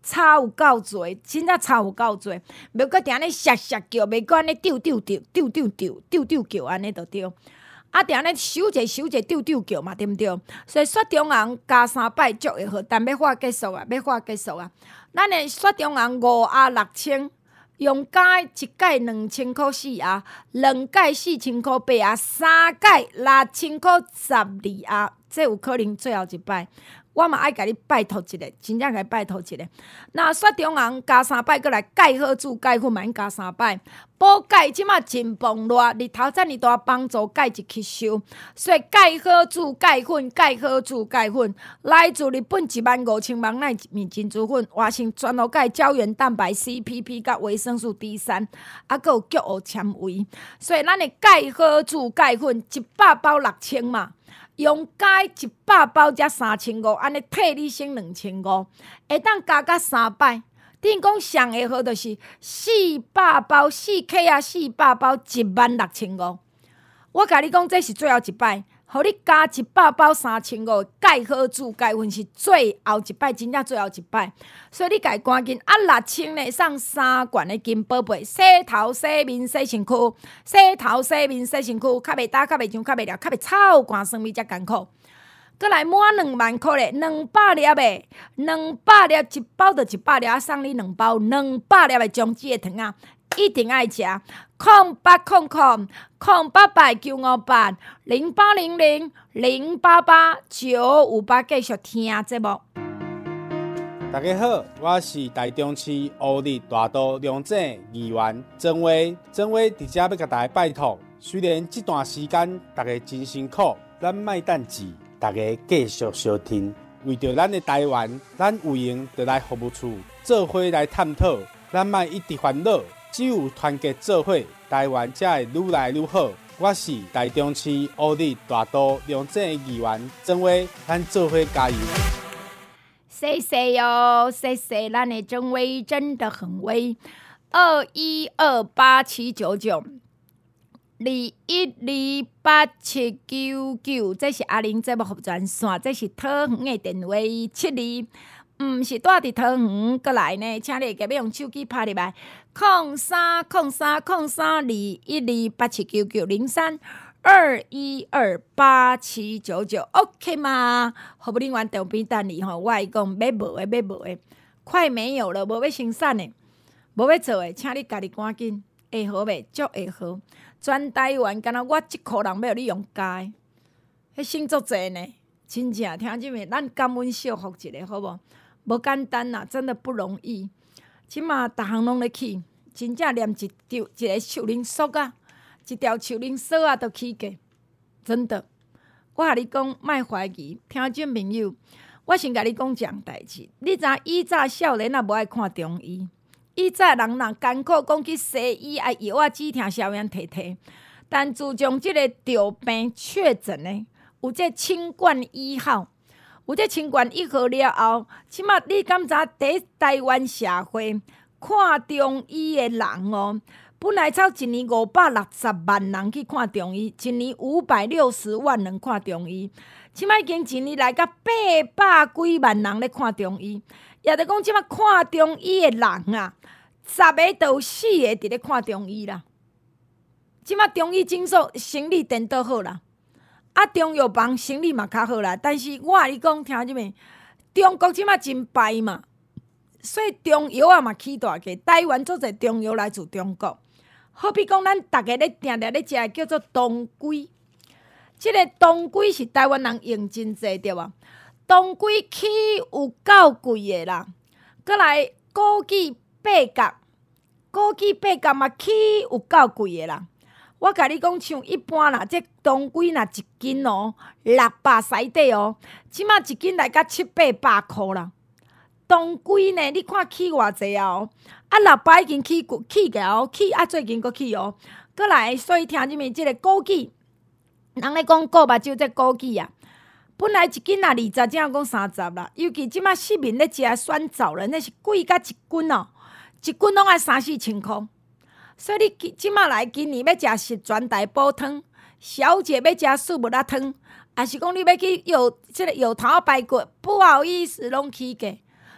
吵有够多，真正吵有够多，袂阁定咧削削叫，袂阁安尼丢丢丢丢丢丢丢丢叫安尼就对。啊，定咧收者收者丢丢叫嘛，对毋对？所以雪中红加三摆足会好，但要花结束啊，要花结束啊。咱的雪中红五盒六千，用解一解两千箍四盒，两解四千箍八盒，三解六千箍十二盒，这有可能最后一摆。我嘛爱甲你拜托一个，真正甲你拜托一个。那雪中红加三摆，过来钙好注钙粉嘛，加三摆。补钙即马真磅热，日头遮尔大帮助钙一吸收，所以钙好注钙粉，钙好注钙粉来自日本一万五千万奈米珍珠粉，活成全露钙、胶原蛋白、C P P 甲维生素 D 三，啊，佫有菊欧纤维，所以咱的钙好注钙粉一百包六千嘛。用解一百包才三千五，安尼替你省两千五，会当加到三摆。等于讲上会好就是四百包四 K 啊，四百包一万六千五。我甲你讲，这是最后一摆，互你加一百包三千五，钙好注钙粉是最后一摆，真正最后一摆。所以你家赶紧啊，六千呢送三罐的金宝贝，洗头、洗面、洗身躯，洗头、洗面、洗身躯，较袂打、较袂痒、较袂了、较袂臭汗酸味才艰苦。搁来满两万块咧，两百粒的，两百粒一包就一百粒，啊送你两包，两百粒的姜子的糖啊，一定爱食。空八空空空八八九五八零八零零零八八九五八，继续听节目。 大家好，我是台中市乌日大道龙井议员曾威。曾威伫遮要甲大家拜托，虽然这段时间大家真辛苦，咱莫等志，大家继续收听。为着咱的台湾，咱有闲就来服务处做伙来探讨，咱莫一直烦恼。只有团结做伙，台湾才会愈来愈好。我是台中市乌日大道龙井议员曾威，咱做伙加油！ 谢谢哟，谢谢咱的曾威，真的很威。二一二八七九九，二一二八七九九，这是阿玲节目服专线，这是桃园的电话七二，毋是住伫桃园，过来呢，请你隔壁用手机拍入来，空三空三空三二一二八七九九零三。二一二八七九九 ，OK 吗？服务人员在边等你吼，我会讲要无的，要无的，快没有了，无要生产的，无要做的，请你家己赶紧，会好袂？足会好。全台湾敢若我一箍人要你用加，迄省足济呢，真正听即面，咱感恩惜福一下，好无？无简单呐，真的不容易。即马逐项拢咧起，真正念一条一个树林树啊。一条树林锁啊，都起价，真的。我甲你讲，莫怀疑，听众朋友，我先甲你讲一样代志。你知以早少年也无爱看中医，以早人若艰苦讲去西医啊药啊止疼消炎摕摕，但自从即个着病确诊呢，有这清冠一号，有这清冠一号了后，即码你敢知伫台湾社会看中医的人哦？本来超一年五百六十万人去看中医，一年五百六十万人看中医，即摆已经一年来到八百几万人咧看中医。也着讲，即摆看中医的人啊，十个都四个伫咧看中医啦。即摆中医诊所生意颠倒好啦，啊中药房生意嘛较好啦。但是我甲你讲，听即面，中国即摆真败嘛，所以中药啊嘛起大价。台湾做侪中药来自中国。好比讲，咱逐个咧定定咧食的叫做当归，即、这个当归是台湾人用真济对无？当归起有够贵的啦，过来枸杞八角，枸杞八角嘛起有够贵的啦。我甲你讲，像一般啦，这当归若一斤哦，六百西底哦，即马一斤来到七八百箍啦。当归呢？你看起偌济啊？哦，啊六百已经起起个哦，起啊最近阁起哦。过来，所以听入面即个枸杞，人咧讲顾目睭这枸杞啊，本来一斤啊二十，怎样讲三十啦？尤其即马市民咧食酸枣仁，那是贵甲一斤哦，一斤拢爱三四千箍。所以你即马来今年要食十全大补汤，小姐要食素木拉汤，还是讲你要去药即个药头排骨，不好意思，拢起价。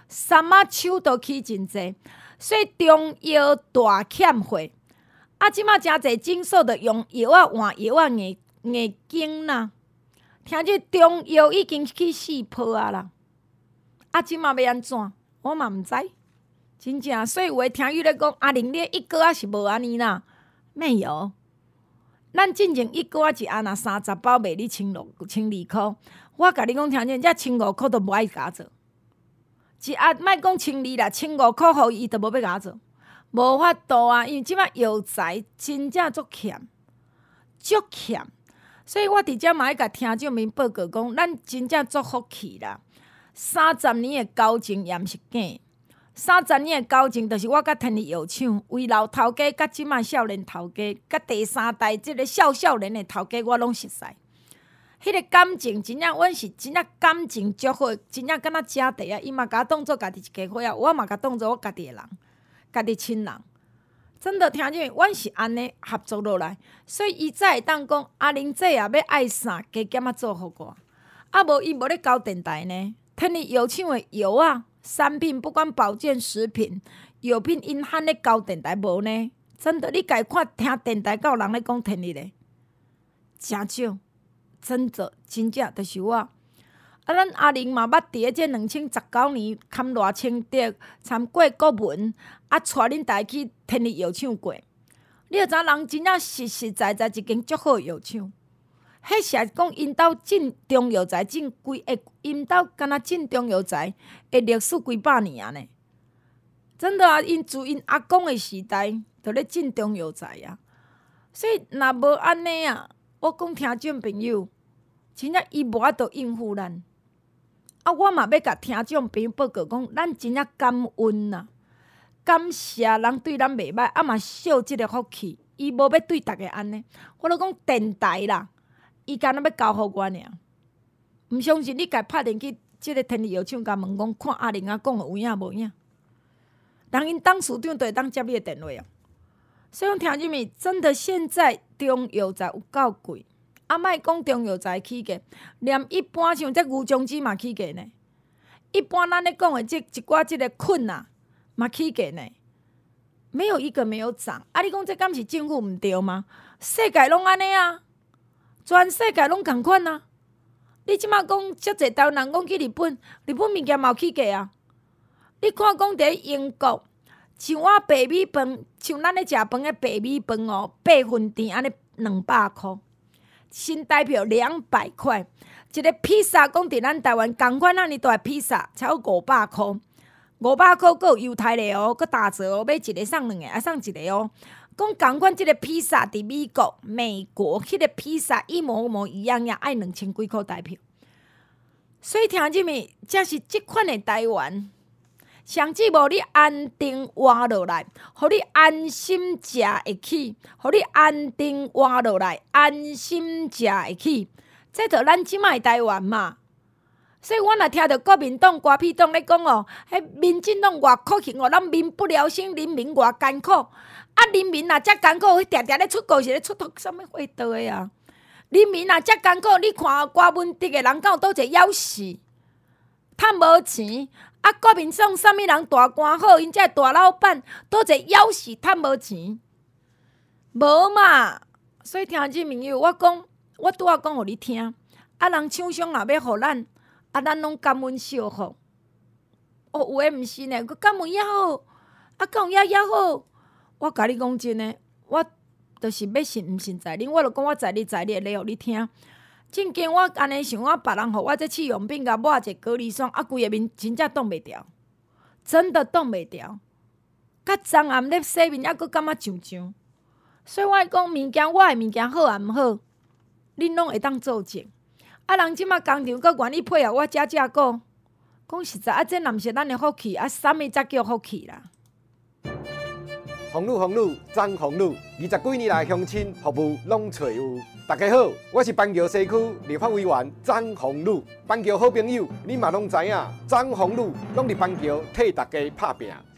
三仔手都起真济，所以中药大欠货。啊，即马真侪诊所着用药啊换药啊，硬硬经啦。听这中药已经去四坡啊啦。啊，即马要安怎？我嘛毋知，真正。所以有诶听友咧讲，阿玲你一个啊是无安尼啦，没有。咱进前一个啊一安那三十包卖你千六千二箍，我甲你讲听见，这千五箍都无爱甲做。一啊，莫讲千二啦，千五箍互伊都无要甲做。无法度啊，因为即摆药材真正足欠，足欠，所以我伫遮嘛爱甲听众们报告讲，咱真正足福气啦。三十年的交情也毋是假，三十年的交情，就是我甲天理药厂为老头家，甲即摆少年头家，甲第三代即个少少年的头家，我拢熟悉。迄个感情真正，阮是真正感情足好，真正敢若姐弟啊！伊嘛甲我当做家己一家伙仔，我嘛甲当做我家己的人。家己亲人，真的听见，阮是安尼合作落来，所以伊才会当讲阿玲姐也要爱啥，加减啊做互我。啊无伊无咧交电台呢，天理药厂的药啊，产品不管保健食品、药品，因罕咧交电台无呢？真的，你家看听电台，有人咧讲天理咧，真少，真的真正就是我。啊，咱阿玲嘛捌伫个这两千十九年堪热清德参过国文，啊，带恁大家去天理药厂过。你就知人真正实实在在一间足好的药厂。迄是讲因兜进中药材进几个，因兜敢若进中药材的历史几百年啊呢。真的啊，因自因阿公的时代就咧进中药材啊。所以若无安尼啊，我讲听众朋友，真正伊无法度应付咱。啊，我嘛要甲听众朋友报告讲，咱真正感恩呐、啊，感谢人对咱袂歹，啊嘛受即个福气，伊无要对逐个安尼。我都讲电台啦，伊干那要交互我尔，毋相信你家拍电去即个天理药厂甲问讲，看阿玲啊讲有影无影？人因董事长都会当接你的电话啊。所以听入面，真的现在中药材有够贵。啊，莫讲中药材起价，连一般像这牛樟芝嘛起价呢。一般咱咧讲的这一寡这个菌啊，嘛起价呢。没有一个没有涨。啊，你讲这敢是政府毋对吗？世界拢安尼啊，全世界拢共款啊。你即马讲遮济台湾人讲去日本，日本物件嘛有起价啊。你看讲伫英国，像我白米饭，像咱咧食饭的白米饭哦，八分甜安尼两百箍。新台票两百块，一个披萨讲伫咱台湾同款安尼大披萨才有五百箍，五百箍佫有犹太的哦，佫打折哦，买一个送两个，还送一个哦。讲同款即个披萨伫美国、美国，迄、那个披萨一模模一样样，爱两千几箍台票。所以听入面，才是即款的台湾。上至无你安定活落来，互你安心食会起，互你安定活落来，安心食会起，这就咱即摆台湾嘛。所以我若听到国民党、国屁党咧讲哦，迄民进党偌苦气哦，咱民不聊生，人民偌艰苦。啊，人民若遮艰苦，定定咧出国是咧出脱什么货道的啊？人民若遮艰苦，你看郭文德的人敢有倒一个枵死，趁无钱。啊，国民党啥物人大官好，因遮大老板倒一个枵死，趁无钱，无嘛。所以听这朋友，我讲，我拄仔讲互你听。啊，人厂商若要互咱，啊，咱拢感恩惜福。哦，有诶毋是呢，佮感恩也好，啊，讲也也好。我甲你讲真诶，我就是要信毋信在恁，我就讲我在你在你咧，互你听。正经我安尼想，我别人互我这试用品甲抹一个隔离霜，啊，规个面真正挡袂牢，真的挡袂牢。甲昨暗咧洗面，还佫感觉上上。所以我讲物件，我诶物件好也毋好，恁拢会当做证。啊，人即马工厂佫愿意配合我遮遮个，讲实在，啊，这若毋是咱诶福气，啊，啥物才叫福气啦？ 红路红路张红路，二十几年来乡亲服务拢找有。大家好，我是板桥西区立法委员张红路。板桥好朋友，你嘛拢知影，张红路拢伫板桥替大家拍拼。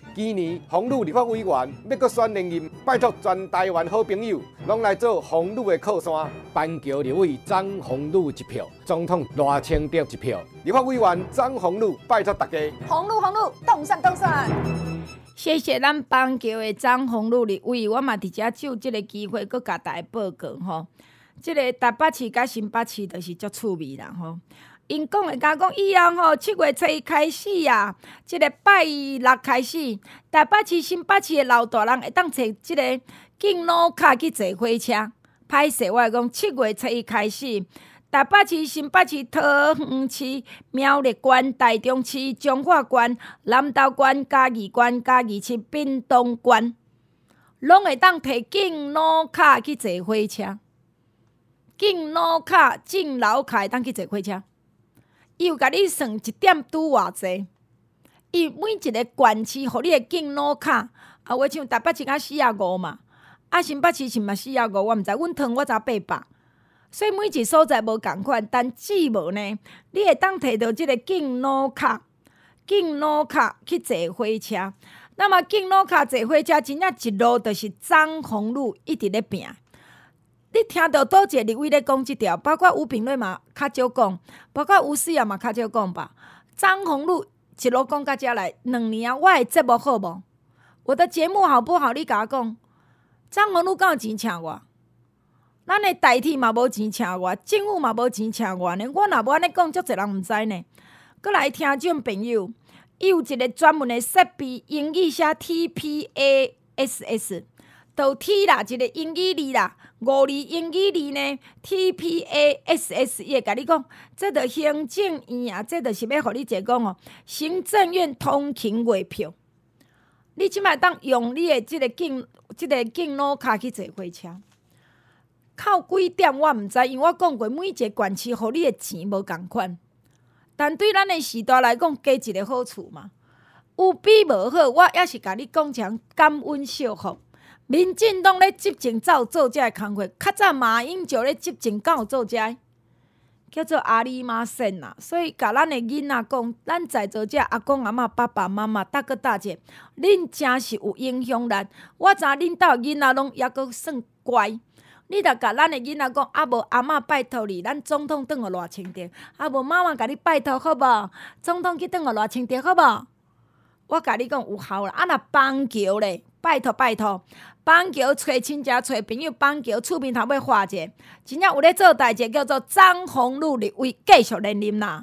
今年洪武立法委员要阁选连任，拜托全台湾好朋友，拢来做洪武的靠山。板桥立委张宏武一票，总统赖清德一票，立法委员张宏武，拜托大家。 红路红路，动算动算。谢谢咱板桥的张宏武立委，我嘛伫遮就即个机会，阁甲大家报告吼。即、这个台北市甲新北市就是足趣味啦吼。因讲的甲讲以后吼，七月初一开始啊，即、这个拜六开始，台北市、新北市的老大人会当坐即个敬老卡去坐火车。歹势，我讲七月初一开始。台北市、新北市、桃园市、苗栗县、台中市、彰化县、南投县、嘉义县、嘉义市、屏东县，拢会当摕敬老卡去坐火车。敬老卡、敬老卡会当去坐火车。伊有甲你算一点拄偌济？伊每一个县市，互你的敬老卡，啊，我像台北市甲四啊五嘛，啊，新北市是嘛四啊五，我毋知，阮糖我才八百。所以每一所在无共款，但至无呢，你会当摕到即个敬老卡、敬老卡去坐火车。那么敬老卡坐火车，真正一路就是张宏武一直咧拼。你听到倒一个立委咧讲即条，包括吴秉润嘛较少讲，包括吴思瑶嘛较少讲吧。张宏武一路讲到遮来，两年啊，我的节目好无？我的节目好不好？你甲我讲，张宏武敢有钱请我？咱的代替嘛无钱请我，政府嘛无钱请我呢。我若无安尼讲，足侪人毋知呢。搁来听众朋友，伊有一个专门的设备，英语写 T P A S S， 倒 T 啦，一个英语字啦，五字英语字呢 ，T P A S S， 伊会甲你讲，这着行政院啊，这着是要互你一个讲哦，行政院通勤月票。你即摆当用你的即个敬即个敬老卡去坐火车。靠几点我毋知，因为我讲过，每一个县市互你的钱无共款，但对咱的时代来讲，加一个好处嘛。有比无好，我也是甲你讲声感恩惜福。民进党咧执政才有做遮个工作，较早马英九咧执政敢有做遮个，叫做阿里马线啦。所以甲咱的囡仔讲，咱在座遮阿公阿嬷、爸爸妈妈、大哥大姐，恁真是有影响力。我知恁兜囡仔拢抑阁算乖。你著甲咱的囡仔讲，啊无阿嬷拜托你，咱总统转互赖清德，啊无妈妈甲你拜托好无？总统去转互赖清德好无？我甲你讲有效啦，啊若邦桥咧，拜托拜托，邦桥找亲戚找朋友，邦桥厝边头要画者，真正有咧做代志，叫做张宏武立委继续连任啦。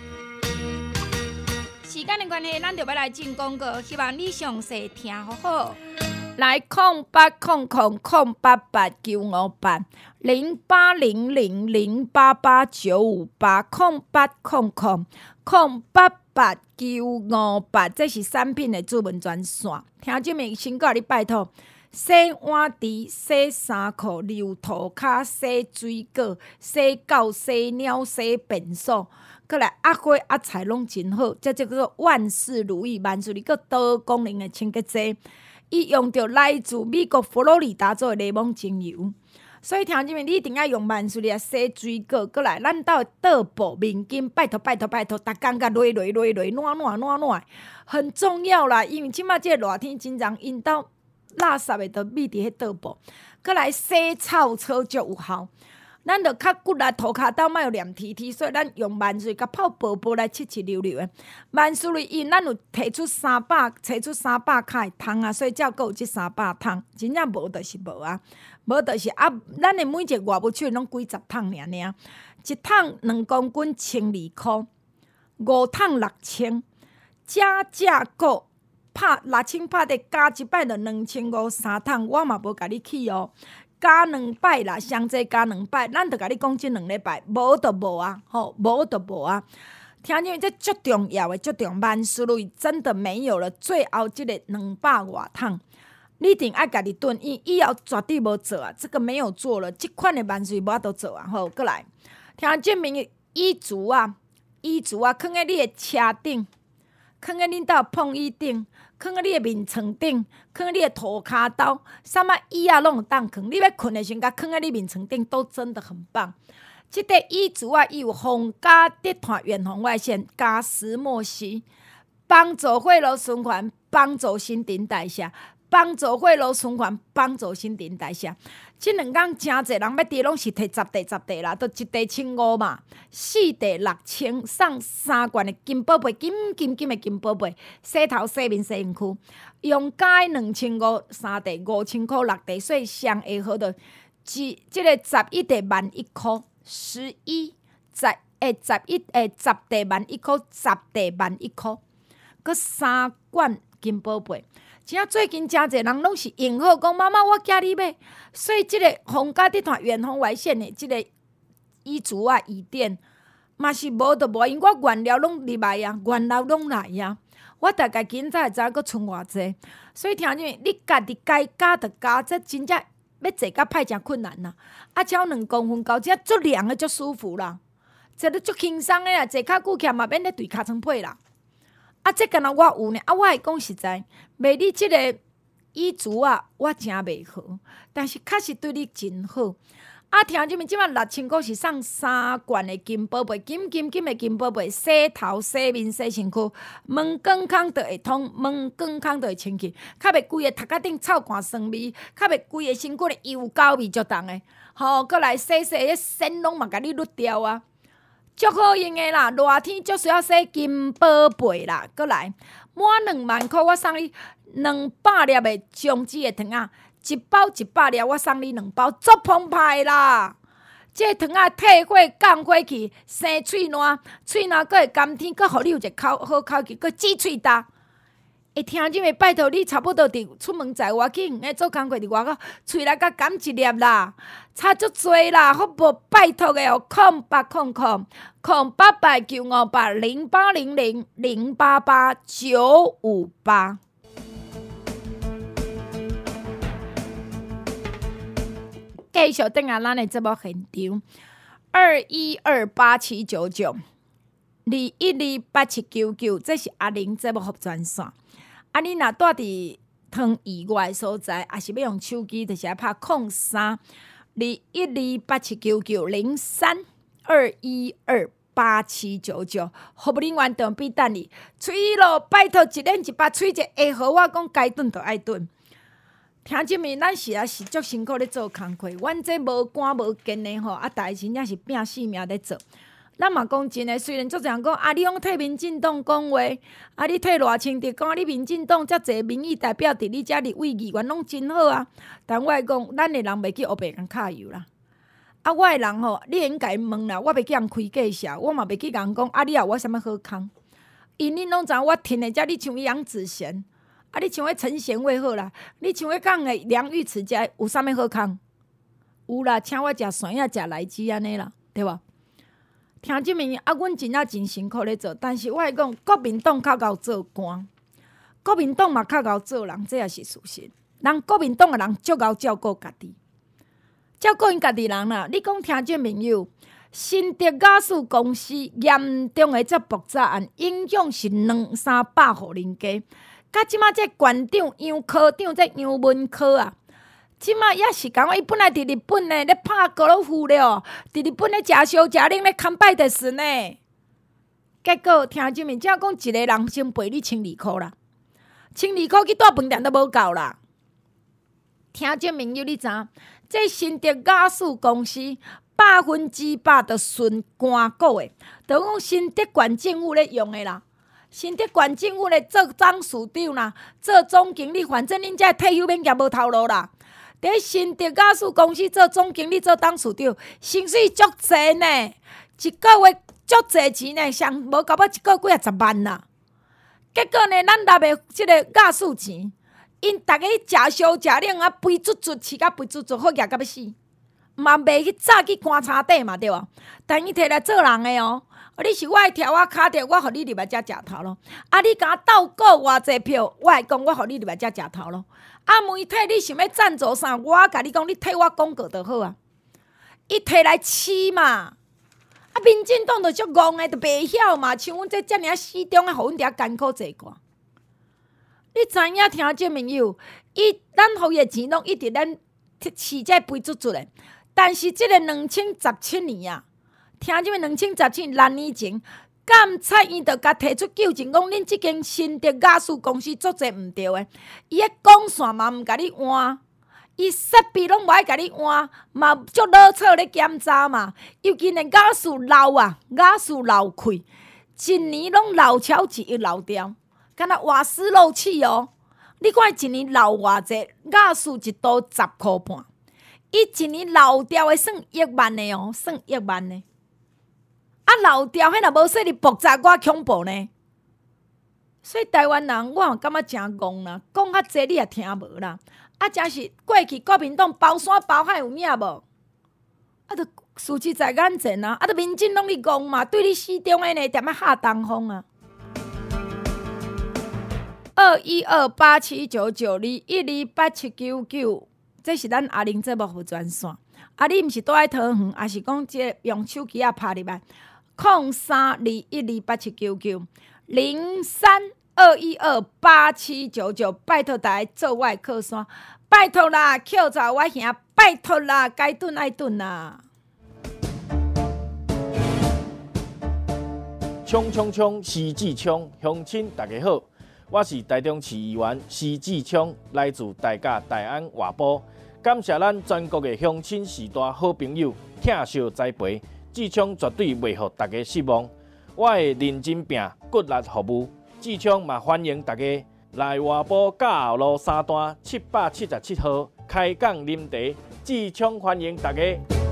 时间的关系，咱就要来进广告，希望你详细听好好。来空八空空空八八九五八零八零零零八八九五八空八空空空八八九五八，这是产品的主文专线。听众们，先告你拜托，洗碗池、洗衫裤、溜涂骹、洗水果、洗狗、洗猫、洗便所，过来压花压菜拢真好，这叫做万事如意，万事如意，个多功能的清洁剂。伊用着来自美国佛罗里达做的柠檬精油，所以听众们，你一定要用万事如意洗水果，过来咱兜倒布面巾，拜托拜托拜托，逐工甲擂擂擂擂，暖暖暖暖，很重要啦。因为即马即个热天真常因兜垃圾的都密伫迄倒布，过来洗臭草足有效。咱着较骨力涂骹斗莫有黏踢踢，所以咱用万岁甲泡薄薄来切切溜溜的。万岁瑞因咱有摕出三百，摕出三百卡的桶啊，所以才有有即三百桶，真正无就是无啊，无就是啊。咱的每一个外务手拢几十桶尔尔，一桶两公斤千二箍，五桶六千，加价购拍六千拍的加一摆就两千五三桶，我嘛无甲你去哦。加两摆啦，上济加两摆，咱着甲你讲即两礼拜，无就无啊，吼，无就无啊。听见这足重要的，足重万事如意真的没有了。最后即个两百外桶，你一定爱家己炖，伊以后绝对无做啊，这个没有做了，即款的万事无法度做啊。好，过来，听证明椅子啊，椅子啊，放在你的车顶，放在恁兜碰椅顶。放在你的面床顶，放在你的涂骹兜，啥物椅啊拢有当放。你要困的时阵，甲放在你面床顶，都真的很棒。即个椅子啊，伊有防家跌团远红外线、加石墨烯，帮助血流循环， 帮助新陈代谢，帮助血路循环，帮助新陈代谢。即两工真侪人要滴，拢是摕十地十地啦，都一地千五嘛，四地六千，送三罐的金宝贝，金金金的金宝贝，洗头洗面洗身躯，用价两千五，三地五千块，六地税上会好的，即即个十一地万一箍，十一十诶十一诶十地万一箍，十地万一箍，佮三罐金宝贝。真最近真侪人拢是用好讲妈妈我寄你买，所以即个皇家集团远红外线的即个衣橱啊、椅垫嘛是无就无，因为我原料拢入来啊，原料拢来啊，我大概今早会知影佫剩偌济，所以听见你家己该加就加，这真正要坐甲歹诚困难啦。啊，超两公分高，真足凉的足舒服啦，坐得足轻松的啦，坐较久起嘛免咧对尻川被啦。啊，这敢若我有呢，啊，我会讲实在，卖你即个衣橱啊，我真袂好，但是确实对你真好。啊，听即面即摆六千块是送三罐的金宝贝，金金金的金宝贝，洗头、洗面、洗身躯，门健康就会通，门健康就会清气，较袂规个头壳顶臭汗酸味，较袂规个身躯的油膏味足重的。吼，过来洗洗，迄线拢嘛甲你滤掉啊。足好用的啦，热天足需要洗金宝贝啦。过来，满两万块，我送你两百粒的姜子的糖仔，一包一百粒，我送你两包，足澎湃啦！这糖仔退火降火气，生喙烂，喙烂佫会甘甜，佫互你有一口好口气，佫止喙焦。会听见袂？拜托你差不多伫出门在外去远个做工课伫外口，喙内甲甘一粒啦，差足多啦，好无？拜托个哦，空八空空空八八九五八零八零零零八八九五八。继续等下咱的节目现场，二一二八七九九，二一二八七九九，这是阿玲节目服专线。啊，你若住伫汤以外所在，也是要用手机，就是要拍空三二一二八七九九零三二一二八七九九，服务人员当必等你。吹咯，拜托一连一百吹者，会好我讲该顿就爱顿。听即面，咱是啊是足辛苦咧做工课，阮这无肝无筋的吼，啊，大家真正是拼性命咧做。咱嘛讲真诶，虽然足侪人讲啊，你用替民进党讲话，啊，你替偌清直讲，你民进党遮侪民意代表伫你遮立委议员拢真好啊。但我会讲，咱诶人袂去黑白共揢油啦。啊，我诶人吼，你应该问啦，我袂去人开价社，我嘛袂去人讲啊，你有我啥物好康？因恁拢知影我听诶遮，你像杨子贤，啊，你像迄陈贤惠好啦，你像迄讲诶梁玉慈遮有啥物好康？有啦，请我食蒜啊，食来枝安尼啦，对无？听即面啊，阮真正真辛苦咧做，但是我会讲，国民党较贤做官，国民党嘛较贤做人，这也是事实。人国民党诶人足贤照顾家己，照顾因家己人啦。你讲听即朋友，新德雅士公司严重诶这爆炸案，影响是两三百户人家。甲即马这县长、杨科长、这杨文科啊。即马也是讲，伊本来伫日本呢，咧拍高尔夫咧哦，伫日本咧食烧食冷咧看拜的时呢。结果听即面，只讲一个人先赔你千二箍啦，千二箍去住饭店都无够啦。听即面有你知影，这新德雅士公司百分之百都顺官股诶，就讲新德县政府咧用诶啦。新德县政府咧做董事长啦，做总经理，反正恁遮退休免业无头路啦。伫新德雅士公司做总经理、做董事长，薪水足济呢，一个月足济钱呢，上无搞到一个月几啊十万啦。结果呢，咱纳的即个雅士钱，因逐个食烧食冷啊，肥卒卒，饲甲肥卒卒，好饿甲要死，嘛袂去早去棺柴底嘛，对无？但伊摕来做人的哦。你是我的条我卡着，我互你入来遮食头咯。啊，你甲我斗过偌济票，我会讲我互你入来遮食头咯。啊，媒体你想要赞助啥？我甲你讲，你替我广告就好啊。伊摕来饲嘛，啊，民进党就足戆的，就袂晓嘛。像阮这遮尔死忠的，互阮伫遐艰苦坐寡。你知影听这朋友，伊咱互伊的钱拢一直咱饲这肥卒卒的，但是即个两千十七年啊。听即个两千十七六年前， 监察院就甲提出纠正，讲恁即间新竹雅士公司做侪毋对诶，伊迄光线嘛毋甲你换，伊设备拢无爱甲你换，嘛足老错咧检查嘛。尤其呢雅士漏啊，雅士漏气，一年拢漏超一亿漏掉，敢若瓦斯漏气哦。你看一年漏偌济，雅士一度十箍半，伊一年漏掉诶算亿万诶哦，算亿万诶。啊，漏掉迄若无说你爆炸，我恐怖呢。所以台湾人，我感觉真戆啦，讲较济你也听无啦。啊，真是过去国民党包山包海有影无？啊，著事实在眼前啊，啊，著民警拢咧戆嘛，对你死中诶呢，踮咧下东风啊。二一二八七九九二一二八七九九，这是咱阿玲节目副专线。啊，你毋是住喺桃园，还是讲即用手机啊拍入来？零三二一二八七九九零三二一二八七九九，拜托大家做我的靠山，拜托啦，扣查我兄，拜托啦，该顿爱顿啦。 冲冲冲，徐志冲，乡亲大家好，我是台中市议员徐志冲，来自大甲大安外埔，感谢咱全国的乡亲时代好朋友疼惜栽培。志冲绝对袂互大家失望，我会认真拼，骨力服务。志冲嘛欢迎大家来外埔甲后路三段七百七十七号开讲啉茶。志冲欢迎大家。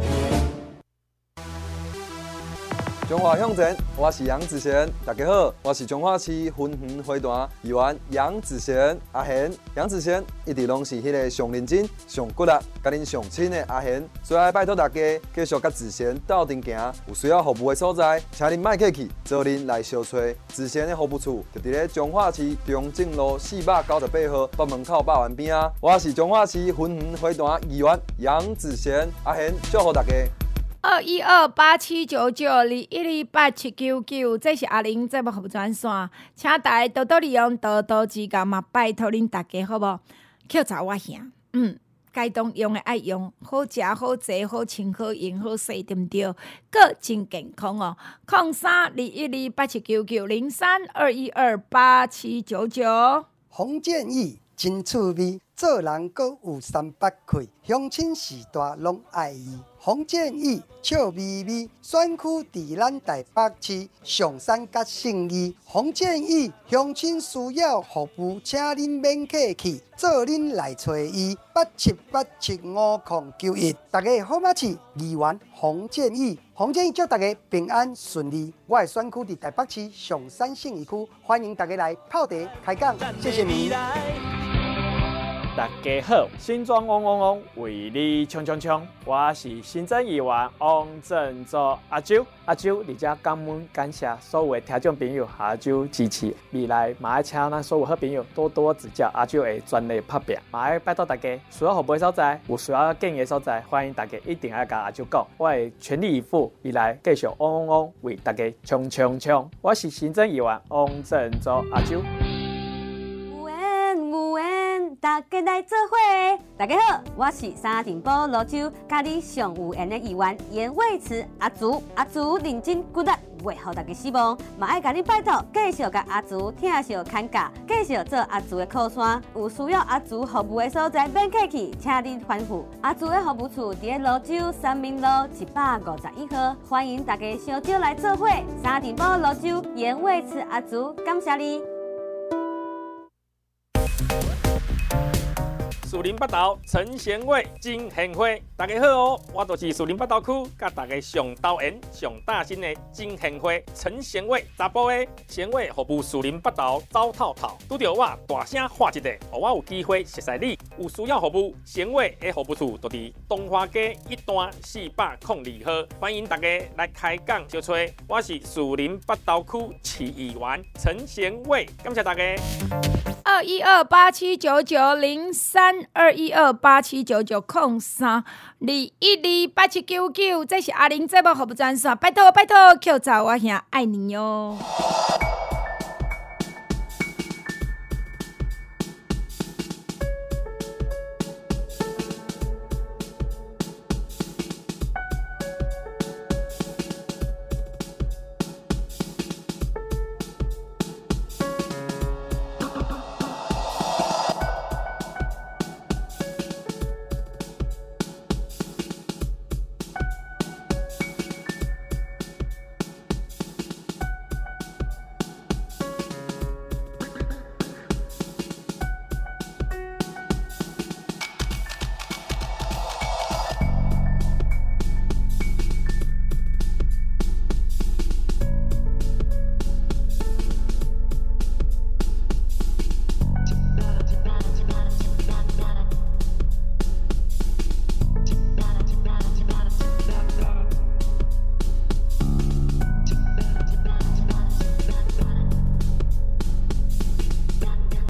中华向前，我是杨子贤，大家好，我是中华市分园会团议员杨子贤阿贤。杨子贤一直拢是迄个上认真、上骨力、甲恁上亲的阿贤，所以拜托大家继续甲子贤斗阵行，有需要服务的所在，请恁莫客气，找恁来相找。子贤的服务处就伫咧中华市中正路四百九十八号北门口百万边啊。我是中华市分园会团议员杨子贤阿贤，祝福大家。 二一二八七九九二一二八七九九，这是阿玲节目服务专线，请大家多多利用，多多指教嘛，拜托恁大家好无？扣查我兄，嗯，该当用的爱用，好食好坐好穿好用好洗，对毋对？个真健康哦。零三二一二八七九九零三二一二八七九九。 洪建义真趣味，做人阁有三八气，乡亲时代拢爱伊。洪建义笑眯眯，选区伫咱台北市上山甲信义。洪建义乡亲需要服务，请恁免客气，做恁来找伊。八七八七五零九一，大家好嘛是议员洪建义。洪建义祝大家平安顺利。我的选区伫台北市上山信义区，欢迎大家来泡茶开讲，谢谢你。 大家好，新庄汪汪汪为你冲冲冲，我是新增议员王振洲阿周。阿周，而家感恩感谢所有的听众朋友，阿周支持。未来嘛爱请咱所有好朋友多多指教，阿周会全力拍拼。嘛爱拜托大家，需要服务的所在，有需要建议的所在，欢迎大家一定要甲阿周讲，我会全力以赴，未来继续汪汪汪为大家冲冲冲。我是新增议员王振洲阿周。 大家来做伙，大家好，我是沙尘暴罗州甲你上有缘的议员严伟慈阿竹。阿竹认真骨力，袂互大家失望，嘛爱甲你拜托，继续甲阿竹疼惜看教，继续做阿竹的靠山。有需要阿竹服务的所在，免客气，请恁吩咐。阿竹的服务处伫咧罗州三民路一百五十一号，欢迎大家相招来做伙。沙尘暴罗州严伟慈阿竹，感谢你。 树林北投陈贤伟真贤惠，大家好哦！我就是树林北投区，甲大家上投缘、上大心的真贤惠陈贤伟查甫的贤伟服务树林北投走透透，拄着我大声喊一个，让我有机会熟悉你。有需要服务，贤伟的服务处就伫东华街一段四百零二号，欢迎大家来开讲小吹。我是树林北投区市议员陈贤伟，感谢大家。 二一二八七九九零三二一二八七九九零三二一二八七九九，这是阿玲节目服务专线，拜托拜托，扣查我兄爱你哟。